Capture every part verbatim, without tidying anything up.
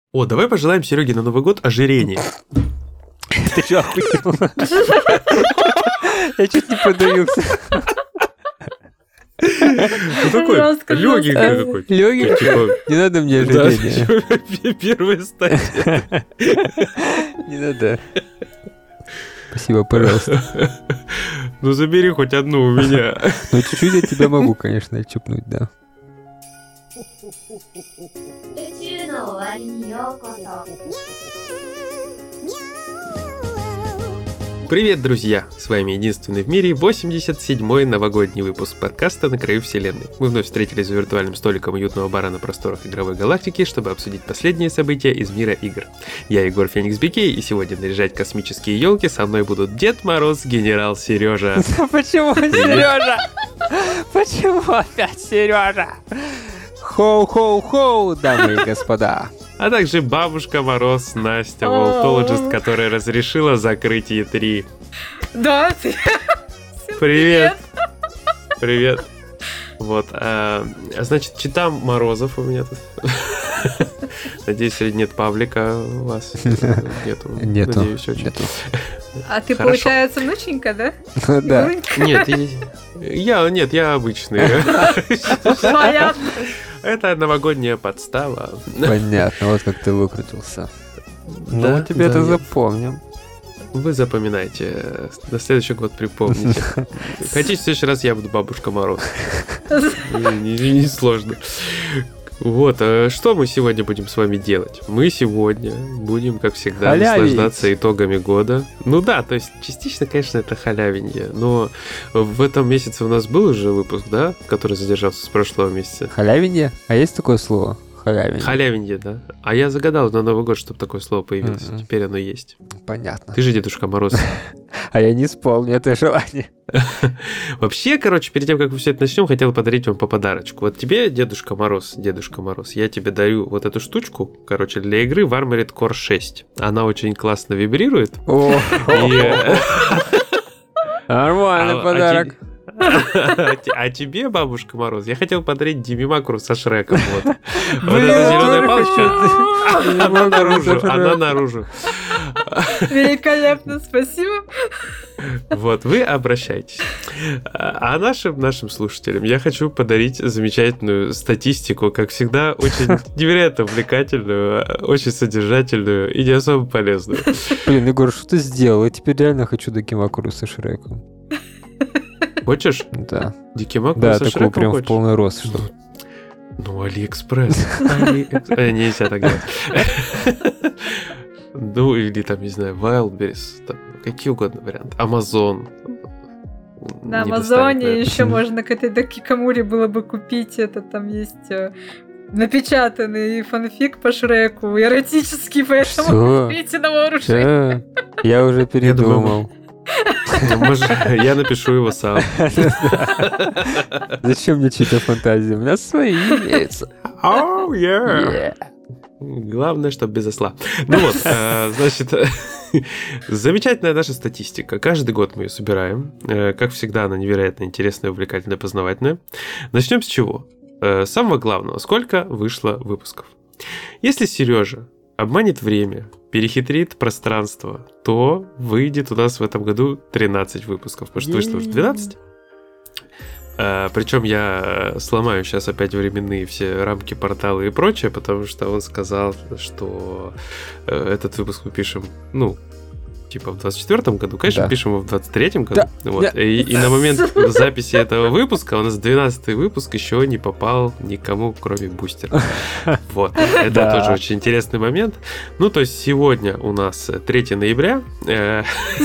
О, давай пожелаем Сереге на Новый год ожирения. Ты что, охуел? Я чуть не подавился. Ну такой, легенький такой. Легенький? Не надо мне ожирения. Первая стадия. Не надо. Спасибо, пожалуйста. Ну забери хоть одну у меня. Ну чуть-чуть я тебя могу, конечно, чупнуть, да. Привет, друзья! С вами единственный в мире восемьдесят седьмой новогодний выпуск подкаста «На краю вселенной». Мы вновь встретились за виртуальным столиком уютного бара на просторах игровой галактики, чтобы обсудить последние события из мира игр. Я Егор Феникс Бикей, и сегодня наряжать космические елки со мной будут Дед Мороз, генерал Сережа. Почему Сережа? Почему опять Сережа? Хоу-хоу-хоу, дамы и господа. А также бабушка Мороз Настя, волтологист, которая разрешила закрыть и три. Да, привет. Привет. Вот, а, значит, читам Морозов у меня тут. Надеюсь, сегодня нет Павлика у вас. Нету. Нету. Надеюсь, очень. Нету. А ты, Хорошо. Получается, внученька, да? Да. Нет, я, нет, я обычный. Понятно. Это новогодняя подстава. Понятно, вот как ты выкрутился. Да, Ну, тебе да, это нет. запомним. Вы запоминайте. На следующий год припомните. Хотите, в следующий раз я буду бабушка Мороз. Не, не- не сложно. Вот, а что мы сегодня будем с вами делать? Мы сегодня будем, как всегда, Халявить. наслаждаться итогами года. Ну да, то есть частично, конечно, это халявенье, но в этом месяце у нас был уже выпуск, да, который задержался с прошлого месяца. Халявинье? А есть такое слово? Халявинье. Халявенье, да. А я загадал на Новый год, чтобы такое слово появилось. Мгм. Теперь оно есть. Понятно. Ты же Дедушка Мороз. А я не исполню это желание. Вообще, короче, перед тем, как мы все это начнем, хотел подарить вам по подарочку. Вот тебе, Дедушка Мороз, Дедушка Мороз, я тебе даю вот эту штучку, короче, для игры в Armored Core шесть. Она очень классно вибрирует. О, И, э, Нормальный а- а подарок. те- А те- а тебе, Бабушка Мороз, я хотел подарить Димимакру со Шреком. Вот, вот Блин, эта зеленая тоже палочка, хочу. она наружу, со Шреком. она наружу. Великолепно, спасибо. Вот, вы обращайтесь. А а нашим, нашим слушателям я хочу подарить замечательную статистику, как всегда, очень невероятно увлекательную, очень содержательную и не особо полезную. Блин, Егор, что ты сделал? Я теперь реально хочу Дакимакуру со Шреком. Хочешь? Да. Дикимаку Да, со такого Шреком прям в хочешь? полный рост. Что... Ну, Алиэкспресс. Алиэкс- э, Нельзя так делать. Ну, или там, не знаю, Wildberries, там, какие угодно варианты. Амазон. На Не достанет, Амазоне наверное. еще можно к этой Дакикамуре было бы купить это, там есть э, напечатанный фанфик по Шреку, эротический, Что? поэтому берите на вооружение. Чё? Я уже передумал. Ну, может, я напишу его сам. Зачем мне чьи-то фантазии? У меня свои имеются. Oh, yeah. Yeah. Главное, чтобы без осла. Ну вот, э, значит, замечательная наша статистика. Каждый год мы ее собираем. Э, Как всегда, она невероятно интересная, увлекательная, познавательная. Начнем с чего? Э, С самого главного. Сколько вышло выпусков? Если Сережа обманет время, перехитрит пространство, то выйдет у нас в этом году тринадцать выпусков, потому что вышло уже двенадцать. А, причем я сломаю сейчас опять временные все рамки, порталы и прочее, потому что он сказал, что э, этот выпуск мы пишем, ну, типа в двадцать четвёртом году, конечно, Да. пишем его в двадцать третьем году. Да. Вот. Да. И, и на момент записи этого выпуска у нас двенадцатый выпуск еще не попал никому, кроме бустера. Вот. Это Да. тоже очень интересный момент. Ну, то есть сегодня у нас третьего ноября. э,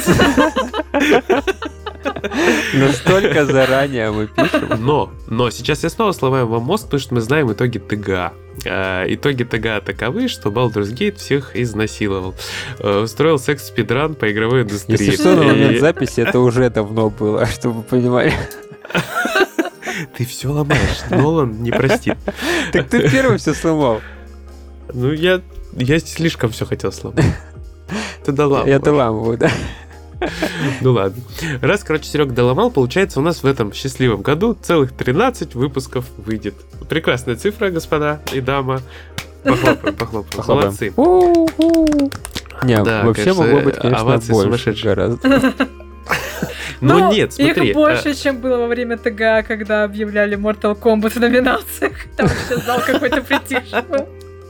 Настолько заранее мы пишем. Но, но сейчас я снова сломаю вам мозг, потому что мы знаем итоги ТГА. Э, Итоги ТГА таковы, что Baldur's Gate всех изнасиловал. Э, Устроил секс-спидран по игровой индустрии. Если что, на момент И- записи это уже давно было, чтобы вы понимали. Ты все ломаешь, Нолан не простит. Так ты первый все сломал. Ну, я, я слишком все хотел сломать. Ты доламываешь. Я доламываю, да. Ну ладно. Раз, короче, Серега доломал, получается, у нас в этом счастливом году целых тринадцать выпусков выйдет. Прекрасная цифра, господа и дама. Похлопаем, похлопаем. Похлопаем. Молодцы. У-у-у. Не, Да, вообще конечно, могло быть, конечно, овации больше сумасшедшие. гораздо. Ну Ну, нет, смотри. Их больше, чем было во время ТГА, когда объявляли Mortal Kombat в номинациях. Там вообще зал какой-то притихший был.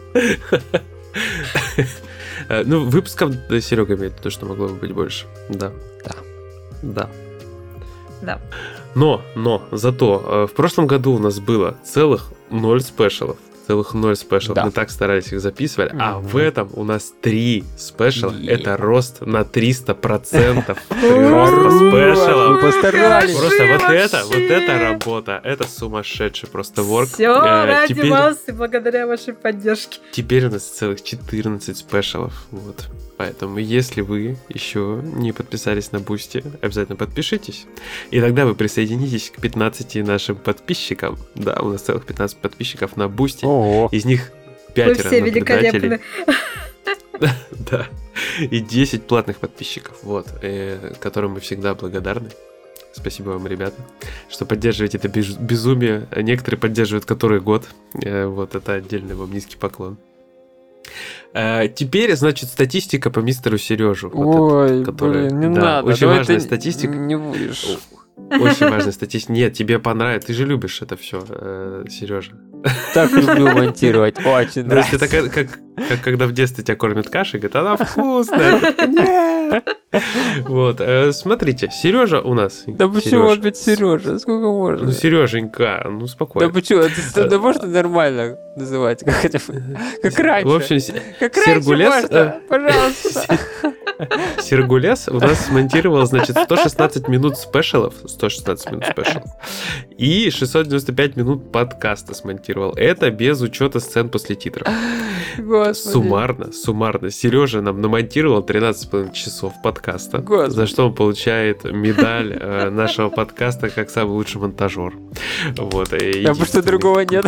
э, Ну, выпусков да, Серега имеет то, что могло бы быть больше. Да. Да. Да. Да. Но, но, зато э, в прошлом году у нас было целых ноль спешалов. Целых ноль спешалов. Да. Мы так старались их записывать. А Мгм. в этом у нас три спешала. Е. Это рост на триста процентов. Ура! Прироста спешалов. Мы постарались. Просто вот Вообще. это, вот это работа. Это сумасшедший просто ворк. Все Э, ради теперь- вас и благодаря вашей поддержке. Теперь у нас целых четырнадцать спешалов. Вот. Поэтому, если вы еще не подписались на Бусти, обязательно подпишитесь. И тогда вы присоединитесь к пятнадцати нашим подписчикам. Да, у нас целых пятнадцать подписчиков на Бусти. Ого. Из них Вы пятеро все наблюдателей. великолепны. Да. И десять платных подписчиков. Вот. э, Которым мы всегда благодарны. Спасибо вам, ребята, что поддерживаете это без- безумие. Некоторые поддерживают который год. Э, Вот это отдельный вам низкий поклон. Э, Теперь, значит, статистика по мистеру Сережу. Ой, которая- блин, не да, надо. очень давай важная ты статистика. Не будешь. Очень важная статистика. Нет, тебе понравится. Ты же любишь это все, Сережа. Так люблю монтировать. Очень То есть это нравится. как, как, как когда в детстве тебя кормят кашей, говорят, она вкусная. Нет. Вот, э, смотрите, Сережа у нас. Да почему Серёж. опять Сережа? Сколько можно? Ну, Сереженька, ну Да спокойно. почему? Это да можно нормально называть? Как это- как раньше. В общем, Се- Как раньше Сергулес, можно? э, Пожалуйста. Сергулес у нас смонтировал, значит, сто шестнадцать минут спешалов, сто шестнадцать минут спешалов, и шестьсот девяносто пять минут подкаста смонтировал. Это без учета сцен после титров. Господи. Суммарно, суммарно. Сережа нам намонтировал тринадцать с половиной часов подкаста, Господи. за что он получает медаль э, нашего подкаста как самый лучший монтажер. Вот, и Да потому что единственный. другого нет.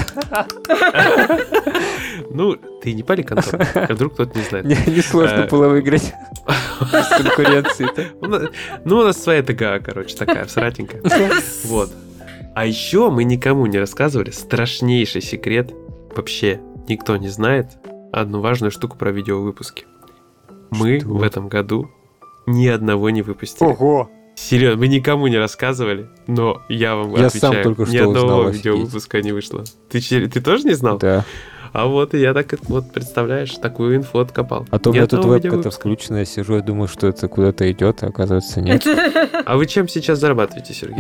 Ну, ты не пали, Антон, а вдруг кто-то не знает. Не не сложно Э. было выиграть. Без конкуренции. У нас- Ну, у нас своя ТГА, короче, такая всратенькая. Вот. А еще мы никому не рассказывали страшнейший секрет. Вообще никто не знает одну важную штуку про видеовыпуски. Мы Что? в этом году ни одного не выпустили. Ого. Серьезно, мы никому не рассказывали, но я вам Я отвечаю, сам только ни что одного узнал, видеовыпуска не вышло. Ты, че- ты тоже не знал? Да. А вот и я так, вот представляешь, такую инфу откопал. А то у Ни меня тут одного вебка-то видеовыпуска. включена, я сижу, я думаю, что это куда-то идет, а оказывается нет. А вы чем сейчас зарабатываете, Сергей?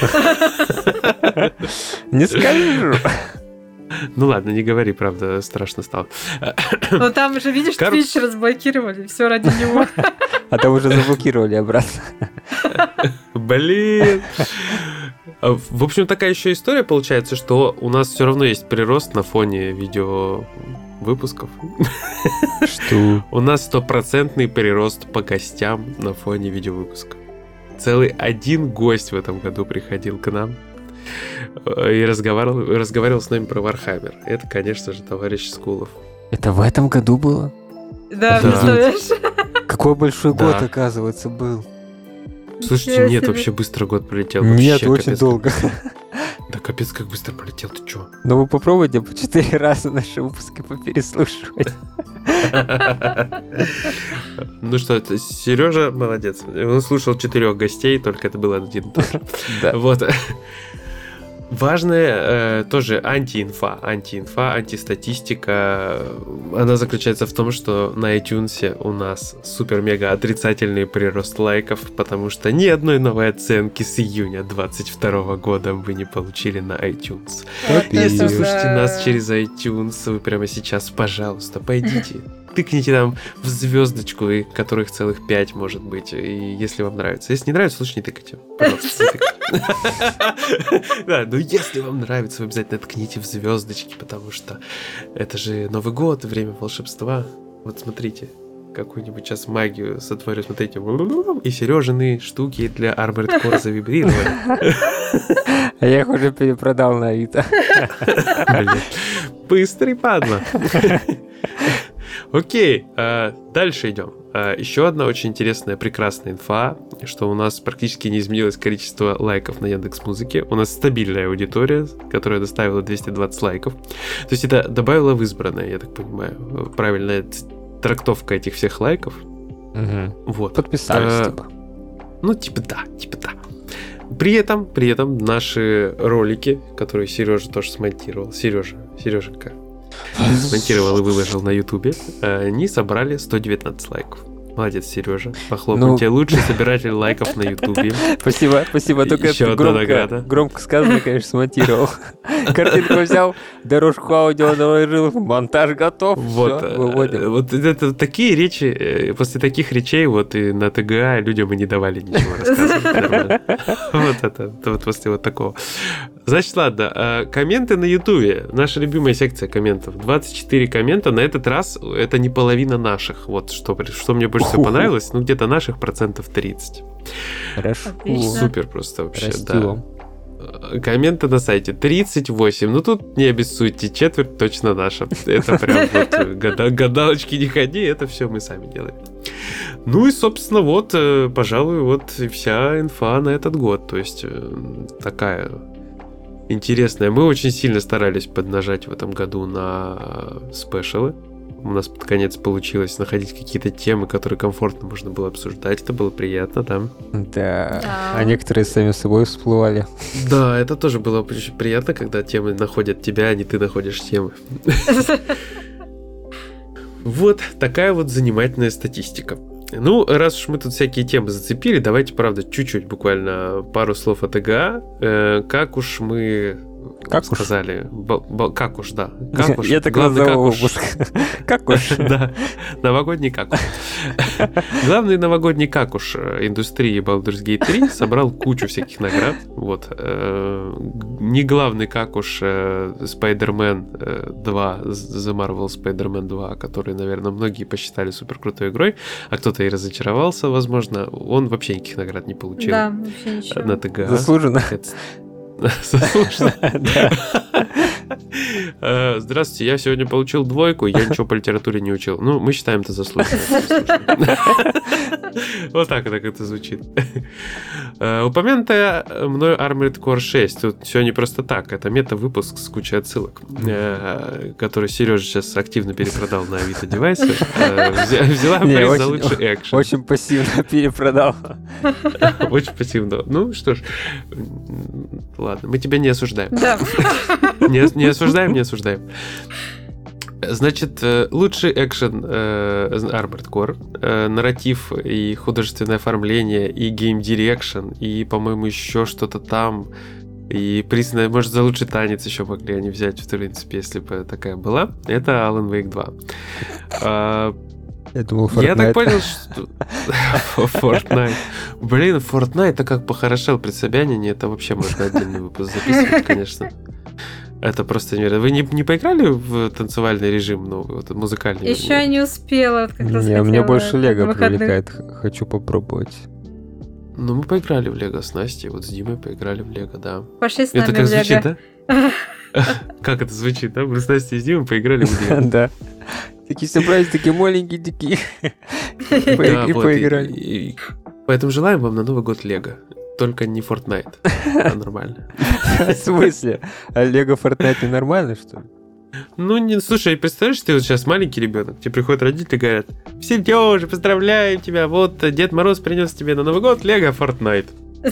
Не скажу. Ну ладно, не говори, правда, страшно стало. Ну там же, видишь, Кор- Twitch разблокировали, все ради него. А там уже заблокировали обратно. Блин. А, В общем, такая еще история получается, что у нас все равно есть прирост на фоне видео выпусков. Что? У нас стопроцентный прирост по гостям на фоне видеовыпуска. Целый один гость в этом году приходил к нам э, и разговаривал, разговаривал с нами про Warhammer. Это, конечно же, товарищ Скулов. Это в этом году было? Да, Да. представляешь? Какой большой Да. год, оказывается, был. Слушайте, Ничего нет, себе. вообще быстро год пролетел. Нет, Вообще очень капец, долго. как быстро. Да капец, как быстро пролетел, ты чё? Но вы попробуйте по четыре раза наши выпуски попереслушивать. Ну что, Сережа молодец. Он слушал четырех гостей, только это был один и тот же. Да. Вот. Важная э, тоже антиинфа, антиинфа, антистатистика. Она заключается в том, что на iTunes у нас супер-мега отрицательный прирост лайков, потому что ни одной новой оценки с июня двадцать второго года вы не получили на iTunes. Вот Если Если это вы слушаете да. нас через iTunes, вы прямо сейчас, пожалуйста, пойдите, тыкните там в звездочку, и которых целых пять может быть, и если вам нравится. Если не нравится, лучше не тыкайте. Пожалуйста, не тыкайте. Да, но если вам нравится, вы обязательно ткните в звездочки, потому что это же Новый год, время волшебства. Вот смотрите, какую-нибудь сейчас магию сотворю, смотрите, и Сережины штуки для Armored Core завибрировали. А я их уже перепродал на Авито. Блин, быстрый падла. Окей, а, дальше идем. А, еще одна очень интересная, прекрасная инфа, что у нас практически не изменилось количество лайков на Яндекс.Музыке. У нас стабильная аудитория, которая доставила двести двадцать лайков. То есть это добавило в избранное, я так понимаю. Правильная трактовка этих всех лайков. Угу. Вот. Подписались, а, типа. Ну, типа да, типа да. При этом, при этом наши ролики, которые Сережа тоже смонтировал, Сережа, Сереженька, смонтировал и выложил на Ютубе, они собрали сто девятнадцать лайков. Молодец, Сережа. Похлопаем. Ну... Тебе лучший собиратель лайков на Ютубе. Спасибо, спасибо. Только Еще это одна громко, награда. громко сказано, конечно, смонтировал. Картинку взял, дорожку аудио наложил, монтаж готов. Вот, Всё, выводим. вот это такие речи, после таких речей вот и на ТГА людям и не давали ничего рассказывать. Нормально. Вот это, вот после вот такого. Значит, ладно, комменты на Ютубе. Наша любимая секция комментов. двадцать четыре коммента. На этот раз это не половина наших. Вот что, что мне больше всего понравилось. Ну, где-то наших процентов тридцать. Хорошо. Отлично. Супер просто вообще, Растем. да. Комменты на сайте тридцать восемь. Ну, тут не обессудьте, четверть точно наша. Это прям вот гада- гадалочки не ходи, это все мы сами делаем. Ну и, собственно, вот, пожалуй, вот и вся инфа на этот год. То есть такая... интересная. Мы очень сильно старались поднажать в этом году на спешалы. У нас под конец получилось находить какие-то темы, которые комфортно можно было обсуждать. Это было приятно, да? Да. Да. А некоторые сами собой всплывали. Да, это тоже было очень приятно, когда темы находят тебя, а не ты находишь темы. Вот такая вот занимательная статистика. Ну, раз уж мы тут всякие темы зацепили, давайте, правда, чуть-чуть, буквально пару слов о ТГА. Э, как уж мы как сказали... Б- б- как уж, да. Как уж. Я так Главное, как назову уж. выпуск. Как уж. Да, новогодний как уж. Главный новогодний как уж индустрии Baldur's Gate три собрал кучу всяких наград. Вот. Не главный как уж Spider-Man два, The Marvel Spider-Man два, который, наверное, многие посчитали супер крутой игрой, а кто-то и разочаровался, возможно. Он вообще никаких наград не получил. Да, вообще ничего. На ТГА. Заслуженно. Заслуженно. Здравствуйте, я сегодня получил двойку, я ничего по литературе не учил. Ну, мы считаем это заслуженно. Вот так это как-то звучит. Упомянутая мною Armored Core шесть. Тут все не просто так. Это мета-выпуск с кучей отсылок, который Сережа сейчас активно перепродал на Авито девайсы. Взяла приз за лучший экшен. Очень пассивно перепродал. Очень пассивно. Ну что ж, ладно, мы тебя не осуждаем. Да. Не, не осуждаем, не осуждаем. Значит, лучший экшен э, Armored Core, э, нарратив и художественное оформление, и гейм-дирекшн, и, по-моему, еще что-то там. И приз, может, за лучший танец еще могли они взять, в принципе, если бы такая была. Это Alan Wake два. А, я думал, Fortnite. Я так понял, что... Fortnite. Блин, Fortnite это как похорошел при Собянине, это вообще можно отдельный выпуск записывать, конечно. Это просто невероятно. Вы не, не поиграли в танцевальный режим, ну, вот, музыкальный? Еще я не успела, вот как раз Не, мне хотела больше Лего на выходных. привлекает. Хочу попробовать. Ну, мы поиграли в Лего с Настей, вот с Димой поиграли в Лего, да. Пошли с нами Это как в звучит, Лего. да? Как это звучит, да? Мы с Настей и с Димой поиграли в Лего. Да. Такие собрались, такие маленькие, такие. И поиграли. Поэтому желаем вам на Новый год Лего. Только не Fortnite. А нормально. В смысле? А Лего Fortnite нормально, что ли? Ну, не, слушай, представляешь, ты вот сейчас маленький ребенок, тебе приходят родители и говорят: Сережа, поздравляем тебя, вот Дед Мороз принес тебе на Новый год Лего Fortnite.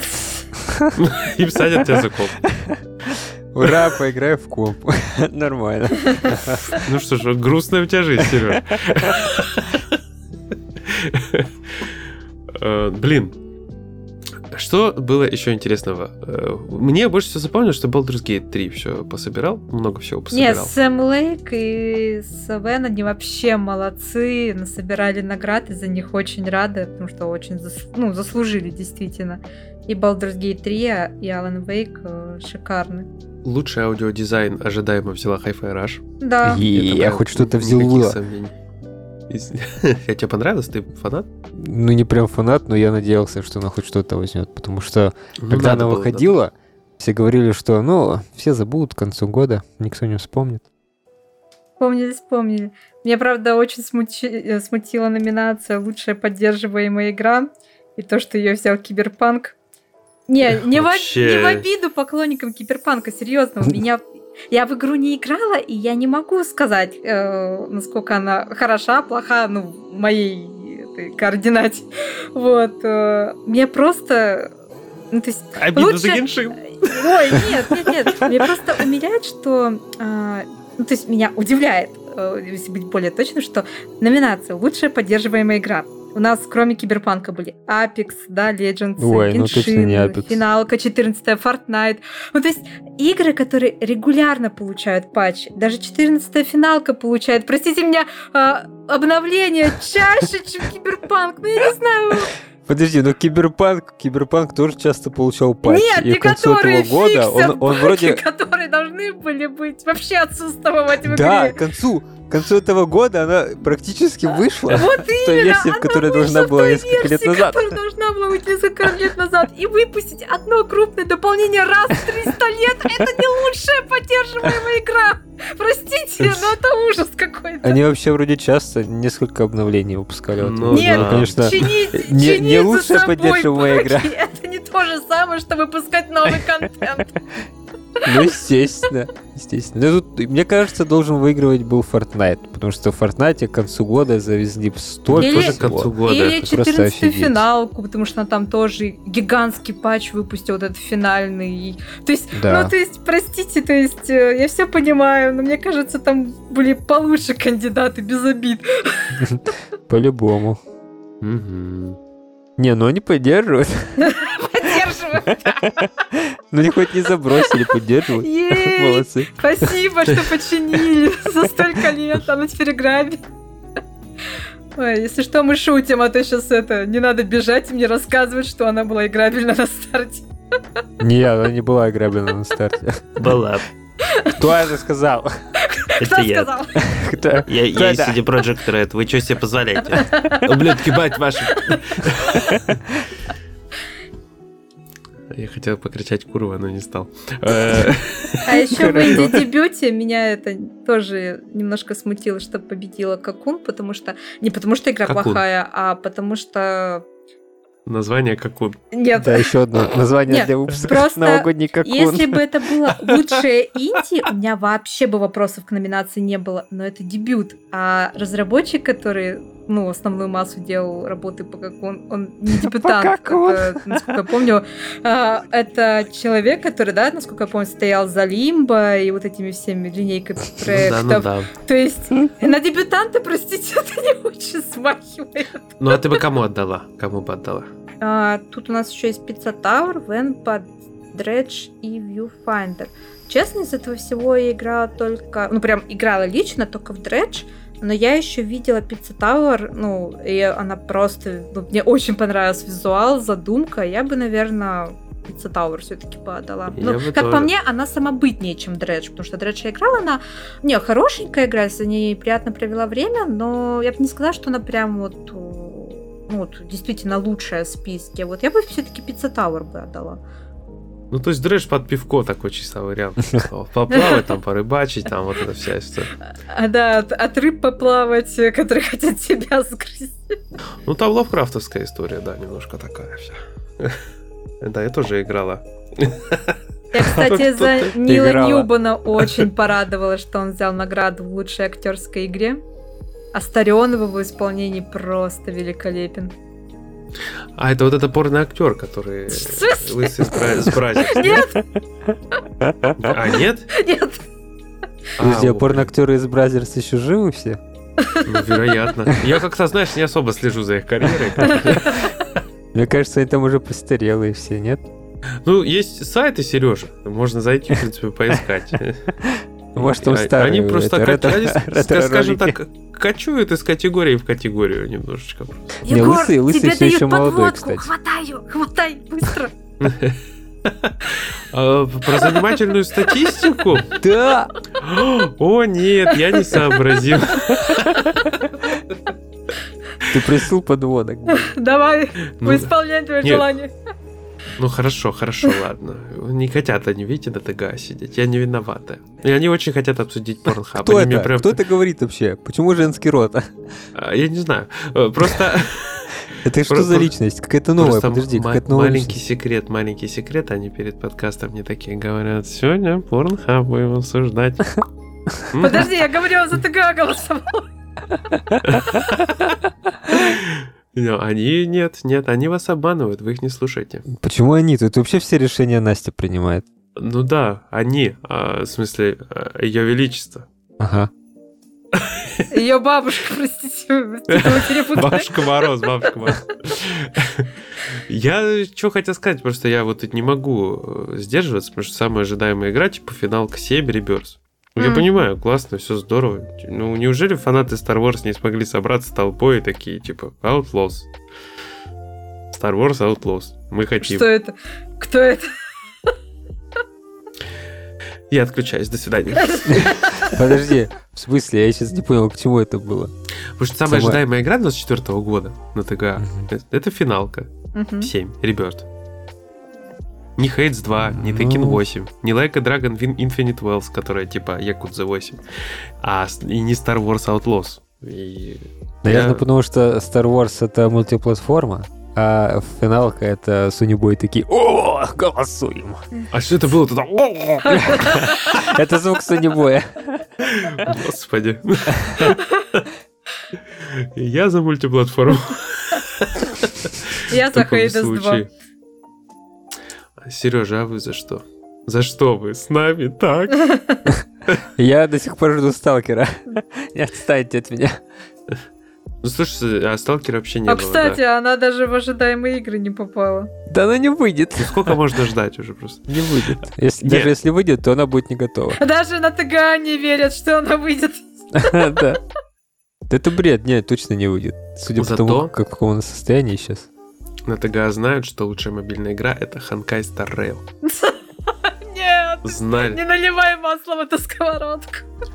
И садят тебя за комп. Ура, поиграю в комп. Нормально. Ну что ж, грустная у тебя жизнь, Сереж. Блин. Что было еще интересного? Мне больше всего запомнилось, что Baldur's Gate три все пособирал, много всего пособирал. Нет, Сэм Лейк и Савен, они вообще молодцы, насобирали наград, и за них очень рада, потому что очень зас... ну, заслужили действительно. И Baldur's Gate три, и Alan Wake шикарны. Лучший аудиодизайн ожидаемо взяла Hi-Fi Rush. Да. Я хоть что-то взяла. А тебе понравилось? Ты фанат? Ну, не прям фанат, но я надеялся, что она хоть что-то возьмет, потому что, ну, когда она было, выходила, да. все говорили, что, ну, все забудут к концу года, никто не вспомнит. Вспомнили, вспомнили. Меня, правда, очень смути- смутила номинация «Лучшая поддерживаемая игра» и то, что ее взял Киберпанк. Не, не, Вообще... в, не в обиду поклонникам Киберпанка, серьезно. У меня... Я в игру не играла, и я не могу сказать, э, насколько она хороша, плоха, ну, в моей этой координате. Вот. Э, мне просто... Ну, то есть, Обиду лучше... за Геншин. Ой, нет, нет, нет. Меня просто умиляет, что... Э, ну, то есть, меня удивляет, э, если быть более точным, что номинация «Лучшая поддерживаемая игра». У нас, кроме Киберпанка, были Apex, да, Legends, Ой, ну точно не Genshin, Apex. Финалка четырнадцатая, Fortnite. Ну, то есть игры, которые регулярно получают патчи. Даже четырнадцатая Финалка получает, простите меня, а, обновление чаще, чем Киберпанк. Ну, я не знаю. Подожди, но Киберпанк, Киберпанк тоже часто получал патчи. Нет, и не к концу которые этого года фиксят он, он баги, вроде... которые должны были быть, вообще отсутствовать в Да, игре. к концу, к концу этого года она практически вышла. Вот в той именно, версии, в она которой вышла должна в была той несколько лет версии, назад. которая должна была быть несколько лет назад, и выпустить одно крупное дополнение раз в триста лет, это не лучшая поддерживаемая игра. Простите, но это ужас какой-то. Они вообще вроде часто несколько обновлений выпускали. Вот. Ну, Нет, да. конечно, чинить, не- чинить не за лучшая собой поддерживаемая игра. баги, это не то же самое, что выпускать новый контент. Ну, естественно, естественно. Но тут, мне кажется, должен выигрывать был Fortnite, потому что в Fortnite к концу года завезли столько Или- Тоже к всего. концу года. Или это просто четырнадцатую офигеть. финалку, потому что там тоже гигантский патч выпустил, вот этот финальный. То есть, Да. ну, то есть, простите, то есть, э, я все понимаю, но мне кажется, там были получше кандидаты, без обид. По-любому. Мгм. Не, ну они поддерживают. Поддерживаю. Ну, они хоть не забросили, поддерживают. Ей! Молодцы. Спасибо, что починили за столько лет, она теперь играет. Ой, если что, мы шутим, а то сейчас это, не надо бежать и мне рассказывать, что она была играбельна на старте. Не, она не была играбельна на старте. Была. Кто это сказал? Это Кто я. сказал? Кто? Я, я Кто из это? си ди Projekt Red. Вы что себе позволяете? Ублюдки, бать ваши. Я хотел покричать курва, но не стал. Э, А еще в Хорошо. инди-дебюте меня это тоже немножко смутило, что победила Какун, потому что... Не потому что игра Какун. плохая, а потому что... Название какое? Нет, Да, еще одно название Нет, для выпуска. просто Новогодний какун. если бы это было лучшее инди, у меня вообще бы вопросов к номинации не было. Но это дебют. А разработчик, который, ну, основную массу делал работы по Какун, он не дебютант. Какун. Это, насколько я помню, а, это человек, который, да, насколько я помню, стоял за Лимбо и вот этими всеми линейками Ну да, проектов. ну да. То есть на дебютанта, простите, это не очень смахивает. Ну а ты бы кому отдала? Кому бы отдала? А, тут у нас еще есть Pizza Tower, Vanpad, Dredge и Viewfinder. Честно, из этого всего я играла только... Ну, прям играла лично только в Dredge, но я еще видела Pizza Tower, ну, и она просто... Ну, мне очень понравился визуал, задумка. Я бы, наверное, Pizza Tower все-таки бы отдала. Я Ну, бы как тоже. по мне, она самобытнее, чем Dredge, потому что Dredge я играла, она... Не, хорошенькая игра, за ней приятно провела время, но я бы не сказала, что она прям вот... Ну, вот, действительно лучшая в списке. Вот я бы все-таки Pizza Tower бы отдала. Ну, то есть дрэш под пивко такой чисто вариант. Поплавать, там порыбачить, там вот эта вся история. А, да, от, от рыб поплавать, которые хотят тебя сгрызть. Ну, там лавкрафтовская история, да, немножко такая вся. Да, я тоже играла. Я, кстати, за Кто-то Нила играла. Ньюбана очень порадовалась, что он взял награду в лучшей актерской игре. А Старион в его исполнении просто великолепен. А, это вот это порно-актер, который Что? лысый с бра- с бразерс. Нет, А, нет? нет. Подожди, А, а порноактеры из Бразерс еще живы все? Ну, вероятно. Я как-то, знаешь, не особо слежу за их карьерой. Мне кажется, они там уже постарелые все, нет? Ну, есть сайты, Сережа. Можно зайти, в принципе, поискать. Может, там А- старые Они просто, это, ка- ретро- они, ска- ретро-ролики. скажем так, качуют из категории в категорию немножечко. Не, Егор, лысый- лысый тебе всё дают ещё молодой, подводку. кстати. Хватаю, хватай, быстро. А, Про занимательную статистику? Да! О, нет, я не сообразил. Ты просил подводок. Ну, Давай, мы исполняем твое нет. желание. Ну хорошо, хорошо, ладно. Не хотят они, видите, на ТГ сидеть. Я не виновата. И они очень хотят обсудить Pornhub. Кто Они это? прям... Кто это говорит вообще? Почему женский род? Я не знаю. Просто... Это что за личность? Какая-то новая, подожди, какая-то новая маленький личность. секрет, маленький секрет. Они перед подкастом мне такие говорят: сегодня Pornhub будем обсуждать. Подожди, я говорила, за ТГ голосовала. Они нет, нет, они вас обманывают, вы их не слушайте. Почему они? Тут вообще все решения Настя принимает. Ну да, они, а, в смысле, Ее Величество. Ага. Ее бабушка, простите, Бабушка Мороз, бабушка Мороз. Я что хотел сказать, просто я вот тут не могу сдерживаться, потому что самая ожидаемая игра, типа финалка семь Rebirth. Я Mm. понимаю, классно, все здорово. Ну, неужели фанаты Star Wars не смогли собраться толпой и такие, типа, Outlaws? Star Wars Outlaws. Мы хотим. Что это? Кто это? Я отключаюсь, до свидания. Подожди, в смысле, я сейчас не понял, к чему это было. Потому что самая Сама- ожидаемая игра двадцать четвёртого года на ТГА Мгм. это- это финалка Мгм. семь, Rebirth. Не Hades два, не Ну. Tekken восемь, не Like a Dragon Win- Infinite Wells, которая типа Yakuza восемь, а с- и не Star Wars Outlaws. И Наверное, я- потому что Star Wars это мультиплатформа, а финалка это Сонибой такие: о, голосуем. А что это было туда? Это звук Сонибоя. Господи. Я за мультиплатформу. Я В за таком Hades два. случае. Сережа, а вы за что? За что вы с нами так? Я до сих пор жду сталкера. Не отстаньте от меня. Ну, слушай, а Сталкера вообще не А, было, кстати, да. она даже в ожидаемые игры не попала. Да она не выйдет. Ну, сколько можно ждать уже просто? Не выйдет. Если- Нет. Даже если выйдет, то она будет не готова. Даже на ТГА не верят, что она выйдет. Да. Да это бред, нет, точно не выйдет. Судя по Зато- тому, как в каком она состоянии сейчас. На ТГА знают, что лучшая мобильная игра — это Honkai Star Rail. Нет, Знали. не наливай масло в эту сковородку.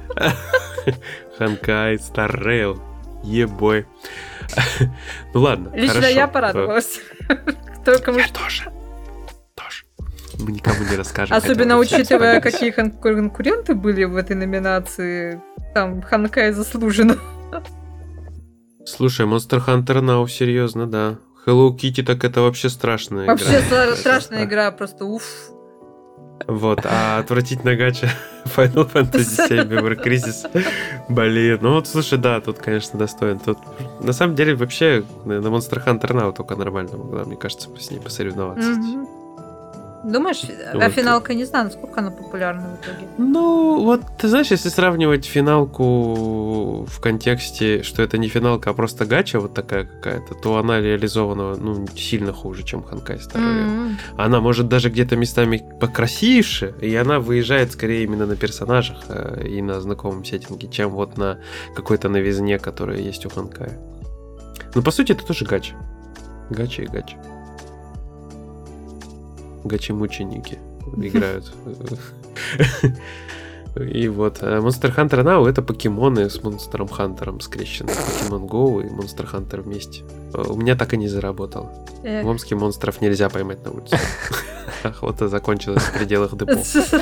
Honkai Star Rail. Ебой. Ну ладно, Лично хорошо. я порадовалась. Кто кому Я что. тоже. Тоже. Мы никому не расскажем. Особенно хотя бы все учитывая, испугались. какие кон- конкуренты были в этой номинации. Там Ханкай заслуженно. Слушай, Monster Hunter Now, серьезно, да. Hello Kitty, так это вообще страшная игра. Вообще стра- страшная игра, просто уф. Вот, а отвратительная гача Final Fantasy семь Ever Crisis. Блин, ну вот, слушай, да, тут, конечно, достоин. Тут, на самом деле, вообще, на Monster Hunter Now только нормально могла, мне кажется, с ней посоревноваться. Мгм. Думаешь, а Вот. финалка, не знаю, насколько она популярна в итоге. Ну, вот, ты знаешь, если сравнивать финалку в контексте, что это не финалка, а просто гача вот такая какая-то, то она реализована, ну, сильно хуже, чем Honkai Star Rail. М. Она может даже где-то местами покрасивше, и она выезжает скорее именно на персонажах э, и на знакомом сеттинге, чем вот на какой-то новизне, которая есть у Ханкая. Ну, по сути, это тоже гача. Гача и гача. Гачи-мученики играют. И вот э, Monster Hunter Now — это покемоны с Монстром Хантером скрещенные. Pokemon Go и Monster Hunter вместе. Э, У меня так и не заработало. Эх. В Омске монстров нельзя поймать на улице. Охота закончилась в пределах депо.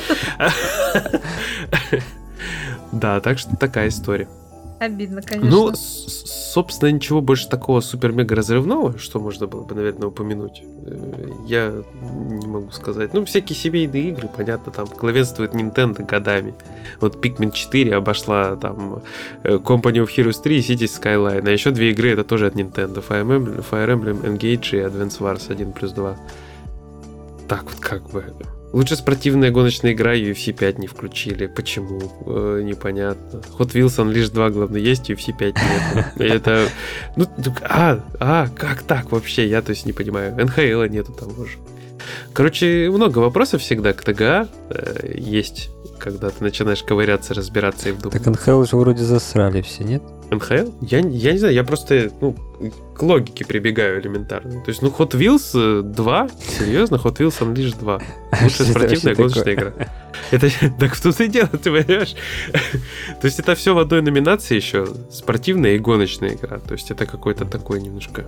Да, так что такая история. Обидно, конечно. Ну, с- собственно, ничего больше такого супер-мега разрывного, что можно было бы, наверное, упомянуть, э, я не могу сказать. Ну, всякие семейные игры, понятно, там главенствует Nintendo годами. Вот Pikmin четыре обошла там э, Company of Heroes три и Cities Skyline. А еще две игры это тоже от Nintendo. Fire Emblem, Fire Emblem Engage и Advance Wars один плюс два. Так вот как бы... Лучше спортивная гоночная игра ю эф си пять не включили. Почему? Э, непонятно. Hot Wheels Unleashed два, главное, есть, ю эф си пять нет. Это... Ну, а, а, как так вообще? Я, то есть, не понимаю. эн эйч эл нету того же. Короче, много вопросов всегда к ТГА э, есть, когда ты начинаешь ковыряться, разбираться и вдумывать. Так эн эйч эл же вроде засрали все, нет? эн эйч эл? Я, я не знаю, я просто ну, к логике прибегаю элементарно. То есть, ну, Hot Wheels два, серьезно, Hot Wheels Unleashed два. Лучшая Что это спортивная вообще гоночная игра. Это, так в том-то и дело, ты понимаешь? То есть это все в одной номинации еще, спортивная и гоночная игра. То есть это какой-то такой немножко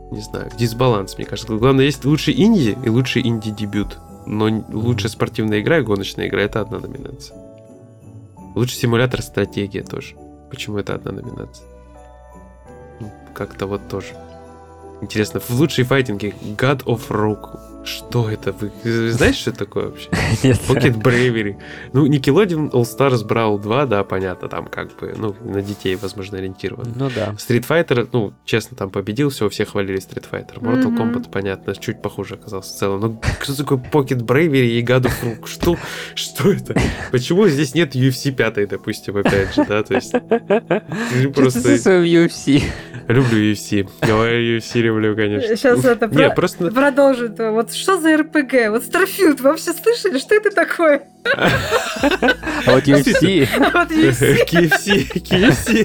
не знаю, дисбаланс, мне кажется. Главное, есть лучший инди и лучший инди-дебют. Но лучшая спортивная игра и гоночная игра — это одна номинация. Лучший симулятор — стратегия тоже. Почему это одна номинация? Как-то вот тоже. Интересно, в лучшей файтинге God of Rock. Что это? Вы, вы знаете, что это такое вообще? Нет. Pocket Bravery. Ну, Nickelodeon All Stars Brawl два, да, понятно, там как бы, ну, на детей, возможно, ориентирован. Ну да. Street Fighter, ну, честно, там победил, все, все хвалили Street Fighter. Mortal Мгм. Kombat, понятно, чуть похуже оказался в целом. Но что такое Pocket Bravery и God of Rock? Что, что это? Почему здесь нет ю эф си пять, допустим, опять же, да? То есть, Что просто ты со своим ю эф си? люблю ю эф си. Я ю эф си люблю, конечно. Сейчас это Не, про- просто... продолжит. Вот что за эр пи джи? Вот Starfield, вы вообще слышали, что это такое? А вот ю эф си... А вот ю эф си. кей эф си, кей эф си.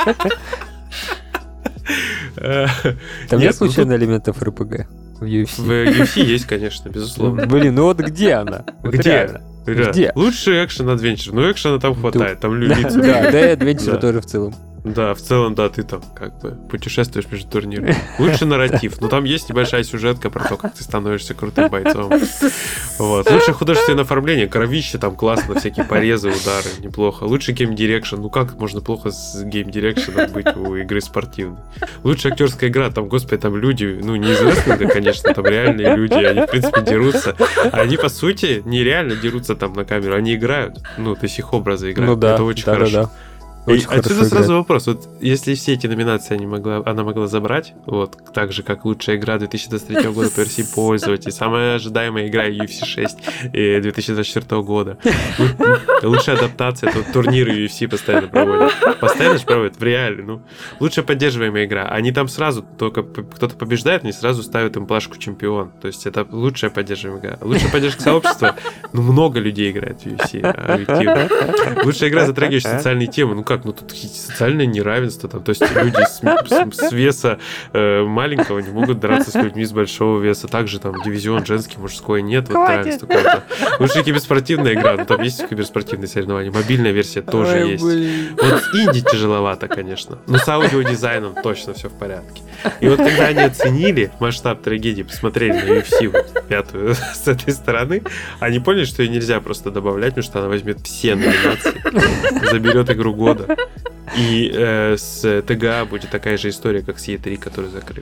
Э, Там Нет, нет случайно элементов эр пи джи в ю эф си? В ю эф си есть, конечно, безусловно. Блин, ну вот где она? Вот Где? реально. Ребят, Где? лучший экшен-адвенчер. Ну, экшена там хватает, там лица. Да, да и адвенчера Да. тоже в целом. Да, в целом, да, ты там как бы путешествуешь между турнирами. Лучший нарратив. Ну, там есть небольшая сюжетка про то, как ты становишься крутым бойцом. Вот. Лучшее художественное оформление. Кровище там классно, всякие порезы, удары. Неплохо. Лучший гейм-дирекшн. Ну, как можно плохо с гейм-дирекшеном быть у игры спортивной? Лучшая актерская игра. Там, господи, там люди, ну, не из рестлинга, конечно, там реальные люди. Они, в принципе, дерутся. Они, по сути, нереально дерутся там на камеру. Они играют. Ну, то есть их образы играют. Ну да, Это очень да, да, хорошо. да. И Очень отсюда хорошо сразу играет. вопрос. Вот если все эти номинации они могла, она могла забрать, вот так же, как лучшая игра две тысячи двадцать третьего года по версии пользователей, самая ожидаемая игра ю эф си шесть э, две тысячи двадцать четвёртого года, ну, лучшая адаптация, это вот турниры ю эф си постоянно проводят. Постоянно же проводят, в реале. Ну, лучшая поддерживаемая игра. Они там сразу, только п- кто-то побеждает, они сразу ставят им плашку чемпион. То есть это лучшая поддерживаемая игра. Лучшая поддержка сообщества, ну, много людей играет в ю эф си, объективно. Лучшая игра, затрагивающая социальные темы. Ну как, ну тут социальное неравенство там. То есть люди с, с- с веса э, маленького не могут драться с людьми с большого веса. Также там дивизион женский, мужской нет. Вот равенство какое-то. Лучшая киберспортивная игра. Ну там есть киберспортивные соревнования. Мобильная версия тоже Ой, есть. блин. Вот с инди тяжеловато, конечно. Но с аудиодизайном точно все в порядке. И вот когда они оценили масштаб трагедии, посмотрели на ю эф си вот, пятую с этой стороны, они поняли, что ее нельзя просто добавлять, потому что она возьмет все номинации, заберет игру года. И э, с тэ гэ а будет такая же история, как с и три, которую закрыли.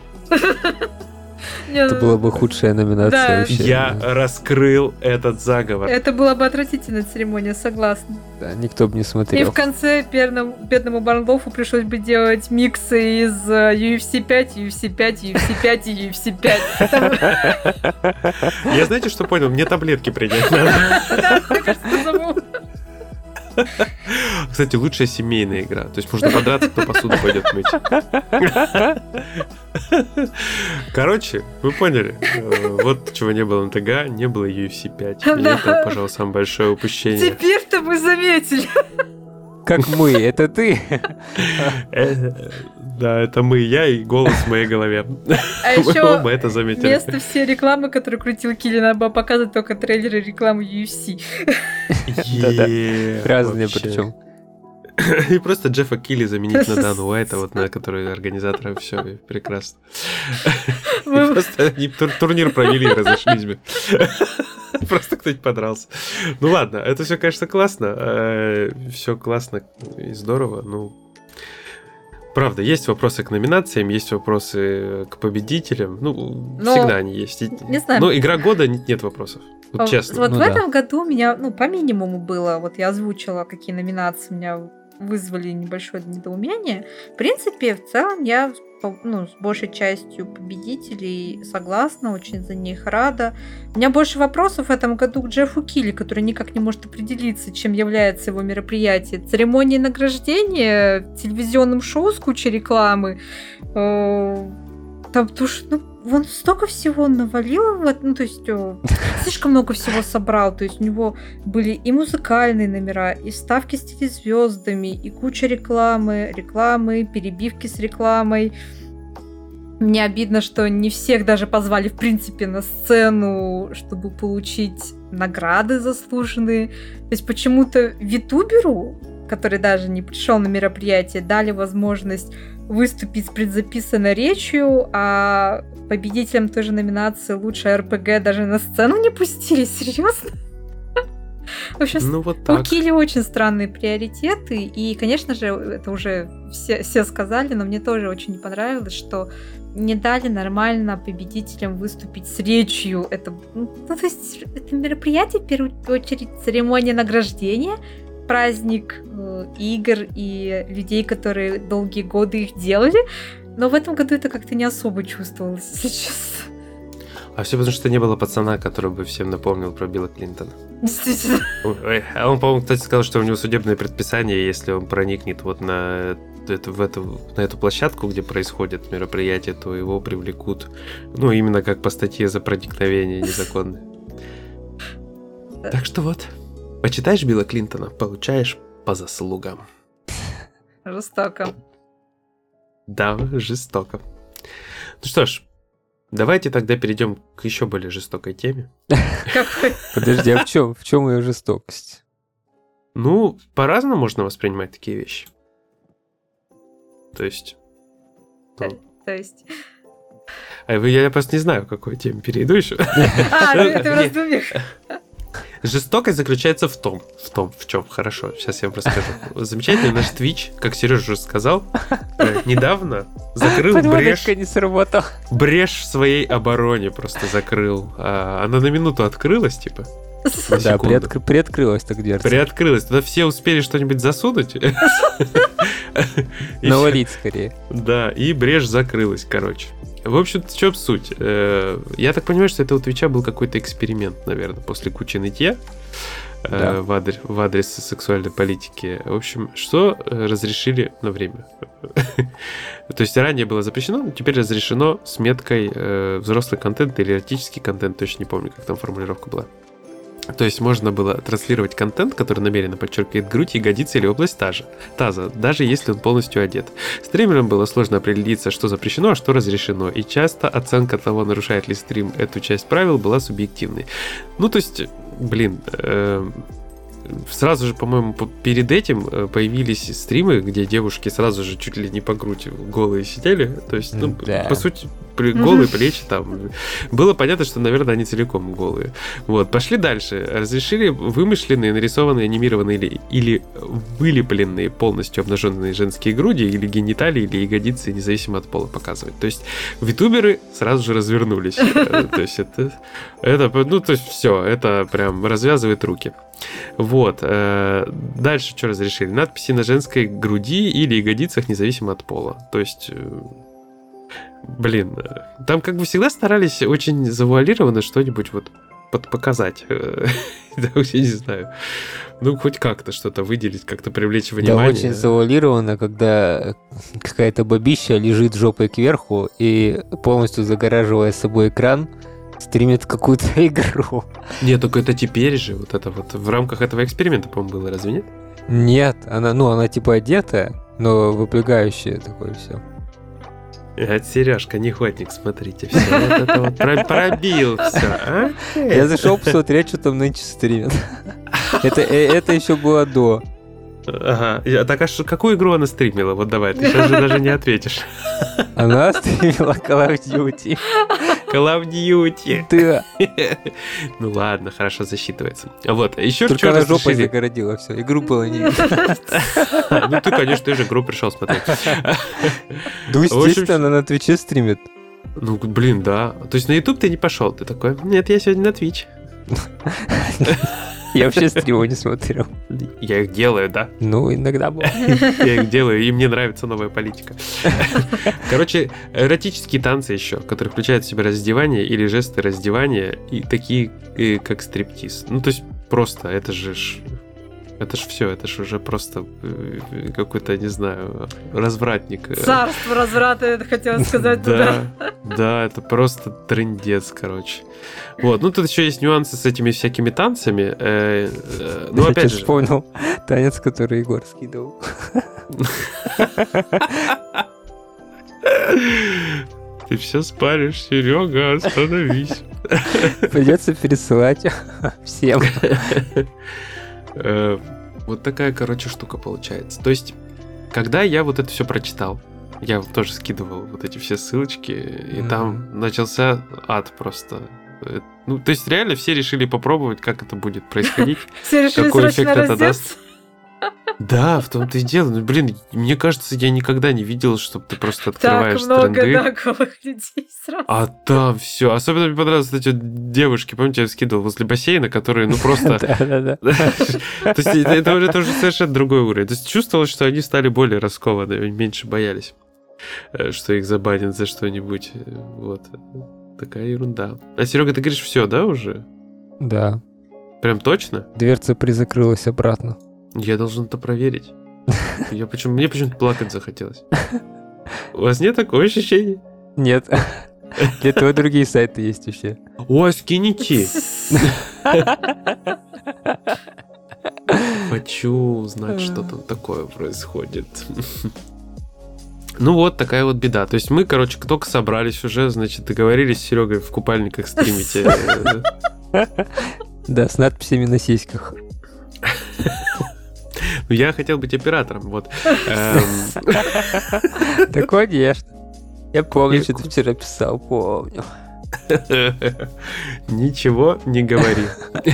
Это была бы худшая номинация Да. вообще. Я раскрыл этот заговор. Это была бы отвратительная церемония, согласна. Да, никто бы не И смотрел. в конце бедному, бедному Барнлофу пришлось бы делать миксы из э, ю эф си пять, ю эф си пять, ю эф си пять и ю эф си пять. Там- Я знаете, что понял? Мне таблетки принять надо. Да, мне кажется, забыл. Кстати, лучшая семейная игра. То есть можно подраться, кто посуду пойдет мыть. Короче, вы поняли. Э, Вот чего не было на тэ гэ а, не было ю эф си пять. И Да. это, пожалуй, самое большое упущение. Теперь-то вы заметили. Как мы, это ты. Э, Да, это мы, я и голос в моей голове. А Мы еще оба это заметили. вместо всей рекламы, которую крутил Килли, надо было показывать только трейлеры рекламы ю эф си. Да-да. Е, Разные вообще. причем. И просто Джеффа Килли заменить на Дану Уайта, вот на который организатора, все, прекрасно. И Мы- Просто они тур- турнир провели и разошлись бы. Просто кто-нибудь подрался. Ну ладно, это все, конечно, классно. Все классно и здорово. Ну, правда, есть вопросы к номинациям, есть вопросы к победителям. Ну, Но- всегда они есть. И- не знаю. Но игра года нет нет вопросов. Вот А честно. Вот Ну в да. этом году у меня, ну, по минимуму было, вот я озвучила, какие номинации у меня вызвали небольшое недоумение. В принципе, в целом я по- ну, с большей частью победителей согласна, очень за них рада. У меня больше вопросов в этом году к Джеффу Килли, который никак не может определиться, чем является его мероприятие. Церемония награждения, телевизионным шоу с кучей рекламы. Э, Там, потому что, ну, он столько всего навалил, в это, ну, то есть о, слишком много всего собрал, то есть у него были и музыкальные номера, и ставки с телезвездами, и куча рекламы, рекламы, перебивки с рекламой. Мне обидно, что не всех даже позвали, в принципе, на сцену, чтобы получить награды заслуженные. То есть почему-то витуберу, который даже не пришел на мероприятие, дали возможность выступить с предзаписанной речью, а победителем той же номинации «Лучшая РПГ» даже на сцену не пустили. Серьезно? В общем, Ну вот у так. Килли очень странные приоритеты, и, конечно же, это уже все, все сказали, но мне тоже очень не понравилось, что не дали нормально победителям выступить с речью. Это, ну, то есть, это мероприятие, в первую очередь, церемония награждения, праздник э, игр и людей, которые долгие годы их делали, но в этом году это как-то не особо чувствовалось, если честно. А все потому, что не было пацана, который бы всем напомнил про Билла Клинтона. Действительно. Ой, а он, по-моему, кстати, сказал, что у него судебное предписание, если он проникнет вот на эту, в эту, на эту площадку, где происходит мероприятие, то его привлекут, ну, именно как по статье за проникновение незаконное. Так что вот, почитаешь Билла Клинтона, получаешь по заслугам. Жестоко. Да, жестоко. Ну что ж, давайте тогда перейдем к еще более жестокой теме. Какой? Подожди, а в чем, в чем ее жестокость? Ну, по-разному можно воспринимать такие вещи. То есть... ну, То есть... а вы- я просто не знаю, к какой теме перейду еще. А, ты ты в раздумьях. Жестокость заключается в том, в том, в чем, хорошо, сейчас я вам расскажу. Замечательный наш Twitch, как Сережа уже сказал, э, недавно закрыл брешь, Подводочка не сработала. брешь в своей обороне, просто закрыл. А, она на минуту открылась, типа, на Да, секунду. приоткры- приоткрылась так дверца. Приоткрылась, туда все успели что-нибудь засунуть. И Навалить скорее. да, и брешь закрылась, короче. В общем, в чем суть? Э, Я так понимаю, что это у Твича был какой-то эксперимент, наверное, после кучи нытья э, Да. в, адрес, в адрес сексуальной политики. В общем, что э, разрешили на время. То есть ранее было запрещено, но теперь разрешено с меткой э, взрослый контент или эротический контент, точно не помню, как там формулировка была. То есть можно было транслировать контент, который намеренно подчеркивает грудь, ягодицы или область таза, таза, даже если он полностью одет. Стримерам было сложно определиться, что запрещено, а что разрешено, и часто оценка того, нарушает ли стрим эту часть правил, была субъективной. Ну, то есть, блин, э, сразу же, по-моему, по- перед этим э, появились стримы, где девушки сразу же чуть ли не по грудь голые сидели. То есть, ну, Да. по сути, при- голые плечи там. Было понятно, что, наверное, они целиком голые. Вот, пошли дальше. Разрешили вымышленные, нарисованные, анимированные или, или вылепленные полностью обнаженные женские груди или гениталии, или ягодицы, независимо от пола, показывать. То есть, витуберы сразу же развернулись. Э, То есть, это, это, ну, то есть, все, это прям развязывает руки. Вот. э, Дальше что разрешили? Надписи на женской груди или ягодицах, независимо от пола. То есть... э, Блин, э, там как бы всегда старались очень завуалированно что-нибудь вот под- показать. Э, да, я не знаю. Ну, хоть как-то что-то выделить, как-то привлечь Да, внимание. очень завуалировано, когда какая-то бабища лежит жопой кверху и полностью загораживая собой экран, стримит какую-то игру. Нет, только это теперь же, вот это вот в рамках этого эксперимента, по-моему, было, разве нет? Нет, она, ну, она типа одетая, но выпрягающая такое все. Это Сережка, нехватник, смотрите, все, вот это вот про- пробил все. Я зашел посмотреть, что там нынче стримят. Это, э, это еще было до. Ага, Я- так а что, какую игру она стримила? Вот давай, ты сейчас же даже не ответишь. Она стримила Call of Duty. Call of Duty. Да. Ну ладно, хорошо засчитывается. Вот, еще Только что она жопой разрешили. загородила все. Игру было не видно. Ну ты, конечно, ты же игру пришел смотреть. Ну, В общем, естественно, она на Твиче стримит. Ну, блин, да. То есть на YouTube ты не пошел, ты такой, нет, я сегодня на Twitch. Я вообще стримы не смотрел. Я их делаю, да. Ну, иногда было. Я их делаю, и мне нравится новая политика. Короче, эротические танцы еще, которые включают в себя раздевание или жесты раздевания, и такие, э, как стриптиз. Ну, то есть просто, это же ж- это ж все, это ж уже просто э, какой-то, не знаю, развратник. э. Царство разврата, это хотела сказать туда. Да, да, это просто трындец, короче. Вот, ну тут еще есть нюансы с этими всякими танцами. э, э, Ну, Я опять сейчас же, вспомнил танец, который Егор скидывал. ты все спалишь, Серега, остановись. Придется пересылать всем. Э, Вот такая, короче, штука получается. То есть, когда я вот это все прочитал, Я тоже скидывал вот эти все ссылочки, и Мгм. там начался ад просто. Э, Ну, то есть реально все решили попробовать, как это будет происходить. Все решили Какой срочно эффект это раздеться. Да, в том-то и дело. Ну, блин, мне кажется, я никогда не видел, чтобы ты просто Так открываешь много, тренды, да, голых людей сразу. а там все. Особенно мне понравилось, кстати, вот девушки, помните, я скидывал возле бассейна, которые, ну, просто... Да-да-да. То есть это, это уже, это уже совершенно другой уровень. То есть чувствовалось, что они стали более раскованы, они меньше боялись, э, что их забанят за что-нибудь. Э, Вот. Такая ерунда. А, Серега, ты говоришь, все, да, уже? Да. Прям точно? Дверца призакрылась обратно. Я должен это проверить. Я почему, мне почему-то плакать захотелось. У вас нет такого ощущения? Нет. Для этого другие сайты есть вообще. Ой, скинете. Хочу узнать, что там такое происходит. Ну вот, такая вот беда. То есть мы, короче, только собрались уже, значит, договорились с Серегой в купальниках стримить. Да, с надписями на сиськах. Ну, я хотел быть оператором, вот. Эм, Да, конечно. Я помню, что ты вчера писал, помню. Ничего не говори.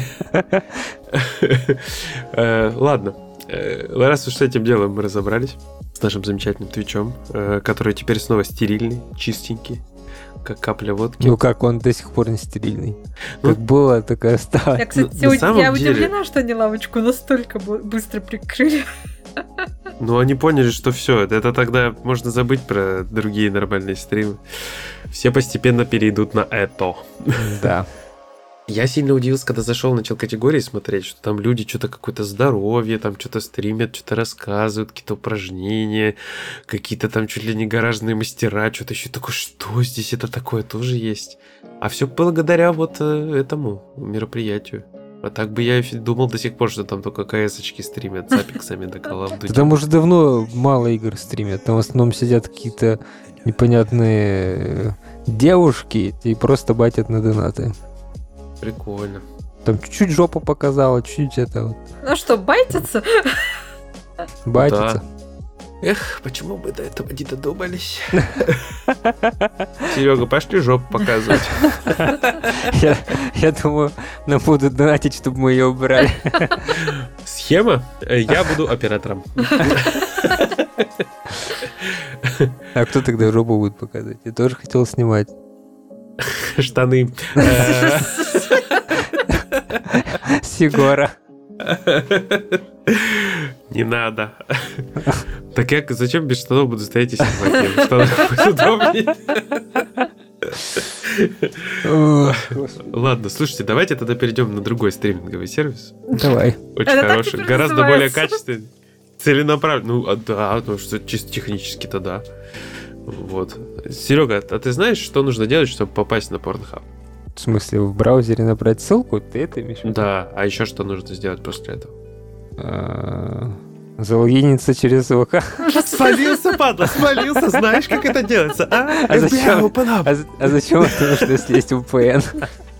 Э, Ладно. Э, Раз уж с этим делом мы разобрались, с нашим замечательным твичом, э, который теперь снова стерильный, чистенький, как капля водки. Ну как, он до сих пор не стерильный. Ну, Как было, так и осталось. Я, кстати, на уд- самом я деле- удивлена, что они лавочку настолько бу- быстро прикрыли. Ну, они поняли, что все, это тогда можно забыть про другие нормальные стримы. Все постепенно перейдут на это. Да. Я сильно удивился, когда зашел, начал категории смотреть, что там люди что-то какое-то здоровье, там что-то стримят, что-то рассказывают, какие-то упражнения, какие-то там чуть ли не гаражные мастера, что-то еще такое, что здесь это такое тоже есть. А все благодаря вот э, этому мероприятию. А так бы я и думал до сих пор, что там только КС-очки стримят с апексами до Call of Duty. Там уже давно мало игр стримят. Там в основном сидят какие-то непонятные девушки и просто батят на донаты. Прикольно. Там чуть-чуть жопу показала, чуть-чуть это вот Ну что, байтятся? батится. Эх, почему мы до этого не додумались? Серега, пошли жопу показывать. Я, я думаю, нам будут донатить, чтобы мы ее убрали. Схема? Э, Я буду оператором. А кто тогда жопу будет показывать? Я тоже хотел снимать. Штаны. Э, С Егора. Не надо. Так я зачем без штанов буду стоять и снимать? Я в штанах буду удобнее. Ох, господи. Ладно, слушайте, давайте тогда перейдем на другой стриминговый сервис. Давай. Очень Это так хороший, теперь гораздо называется. более качественный. Целенаправленно. Ну, а, да, ну что чисто технически-то да. Вот. Серега, а ты знаешь, что нужно делать, чтобы попасть на Pornhub? В смысле, в браузере набрать ссылку? Ты это имеешь в виду? Да, а еще что нужно сделать после этого? А, Залогиниться через ВК. Спалился, падла, спалился. Знаешь, как это делается, а? А зачем? Open up. А, з- а зачем это нужно, если есть ви пи эн?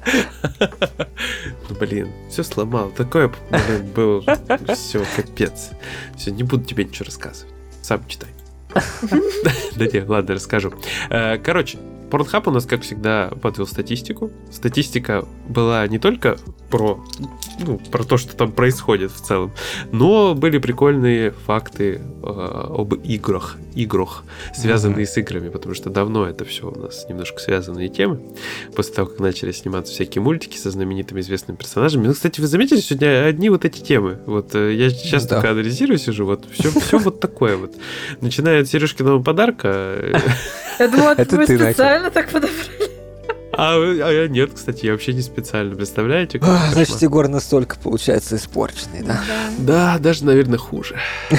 Ну, блин, все сломал. Такое, блин, было. Все, капец. Все, не буду тебе ничего рассказывать. Сам читай. Да не, ладно, расскажу. Э, Короче, Pornhub у нас, как всегда, подвел статистику. Статистика была не только про, ну, про то, что там происходит в целом, но были прикольные факты э, об играх, играх, связанные с играми, потому что давно это все у нас немножко связанные темы. После того, как начали сниматься всякие мультики со знаменитыми известными персонажами. Ну, кстати, вы заметили, сегодня одни вот эти темы. Вот э, я сейчас Да. только анализирую, сижу, вот все, все вот такое вот. Начиная от Сережкиного подарка, э, Я думала, Это вы ты начал. специально так подобрали. а, а я нет, кстати, я вообще не специально, представляете? как А, кошмар. Значит, Егор настолько, получается, испорченный, да? Да, даже, наверное, хуже.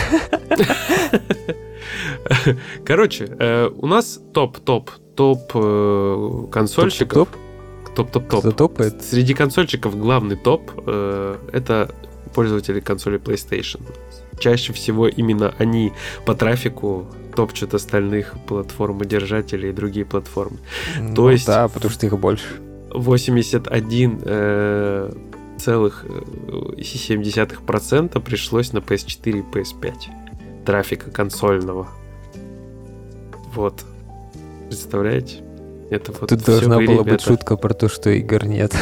Короче, э, у нас топ-топ топ э, консольщиков. Топ? Топ-топ-топ. Кто топает? Среди консольщиков главный топ э, это пользователи консоли PlayStation. Чаще всего именно они по трафику топчут остальных платформодержателей и другие платформы. То Ну есть- Да, потому что их больше. восемьдесят один э, целых семь десятых процента пришлось на пи эс четыре и пи эс пять трафика консольного. Вот. Представляете? Это вот Тут всё должна вы, была быть ребята. шутка про то, что игр нет.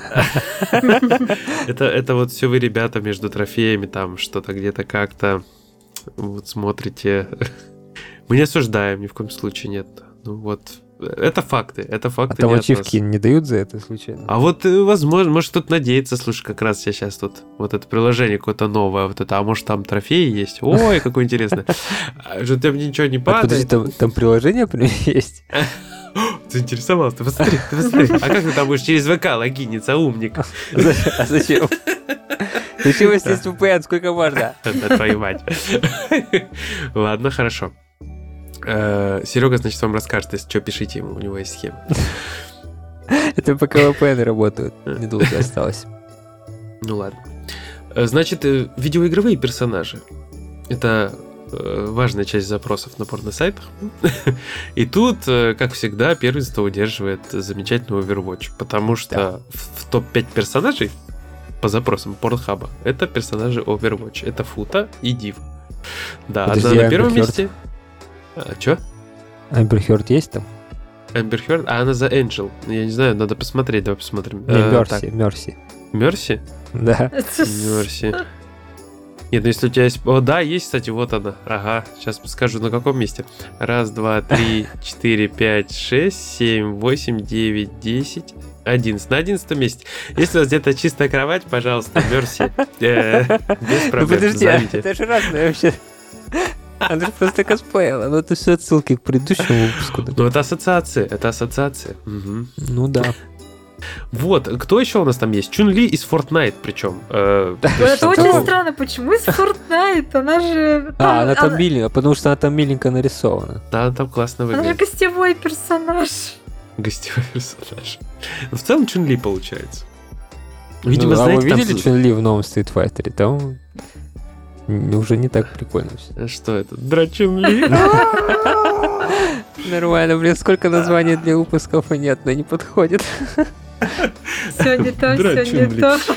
Это, это вот все вы, ребята, между трофеями там что-то где-то как-то вот смотрите. Мы не осуждаем, ни в коем случае нет. Ну вот, это факты, это А факты там не от нас. ачивки не дают за это случайно? А вот, э, возможно, может кто-то надеется, слушай, как раз я сейчас тут, вот это приложение какое-то новое, вот это, а может там трофеи есть? Ой, какое интересное. А что там ничего не А, подожди, падает? там, там приложение прям есть? Заинтересовался, ты посмотри, ты посмотри. А как ты там будешь через ВК логиниться, умник? Зачем- А зачем? Зачем если есть ви пи эн? Сколько можно? Да твою мать. Ладно, хорошо. Серега, значит, вам расскажет, если что, пишите ему, у него есть схема. Это пока ви пи эн работают. Недолго осталось. Ну ладно. Э, Значит, э, видеоигровые персонажи. Это э, важная часть запросов на порносайтах. И тут, э, как всегда, первенство удерживает замечательный Overwatch. Потому что Да. в, в топ пять персонажей по запросам Порнхаба это персонажи Overwatch. Это Фута и Див. Да, Подожди, одна на Amber первом Heard? месте. А, чё? Amber Heard есть там? Amber Heard? А она за Angel. Я не знаю, надо посмотреть, давай посмотрим. Не, Э, Мерси, так, Мерси. Мерси? Да. Мерси. Нет, ну если у тебя есть... О, да, есть, кстати, вот она. Ага, сейчас скажу, на каком месте. Раз, два, три, четыре, пять, шесть, семь, восемь, девять, десять, одиннадцать. На одиннадцатом месте. Если у вас где-то чистая кровать, пожалуйста, Мерси. Э, Без Ну проблем, подожди, зовите. это же разное вообще. Она же просто косплеила, но это все отсылки к предыдущему выпуску. да? Ну, это ассоциация, это ассоциация. Мгм. Ну да. Вот, кто еще у нас там есть? Чун-Ли из Fortnite, причем. Э, то Вот есть это очень такого- странно, почему из Fortnite? Она же... А, она там она- миленькая, потому что она там миленько нарисована. Да, там классно Она же выглядит. гостевой персонаж. Гостевой персонаж. Ну, в целом Чун-Ли получается. Видимо, Ну, а знаете, вы там... видели Чун-Ли в новом Street Fighter? Там н- уже не так прикольно все. Что это? Драчун-Ли? Нормально, блин, сколько названий для выпусков и нет, но не подходит. Все не то, все Драчун, не блин. то.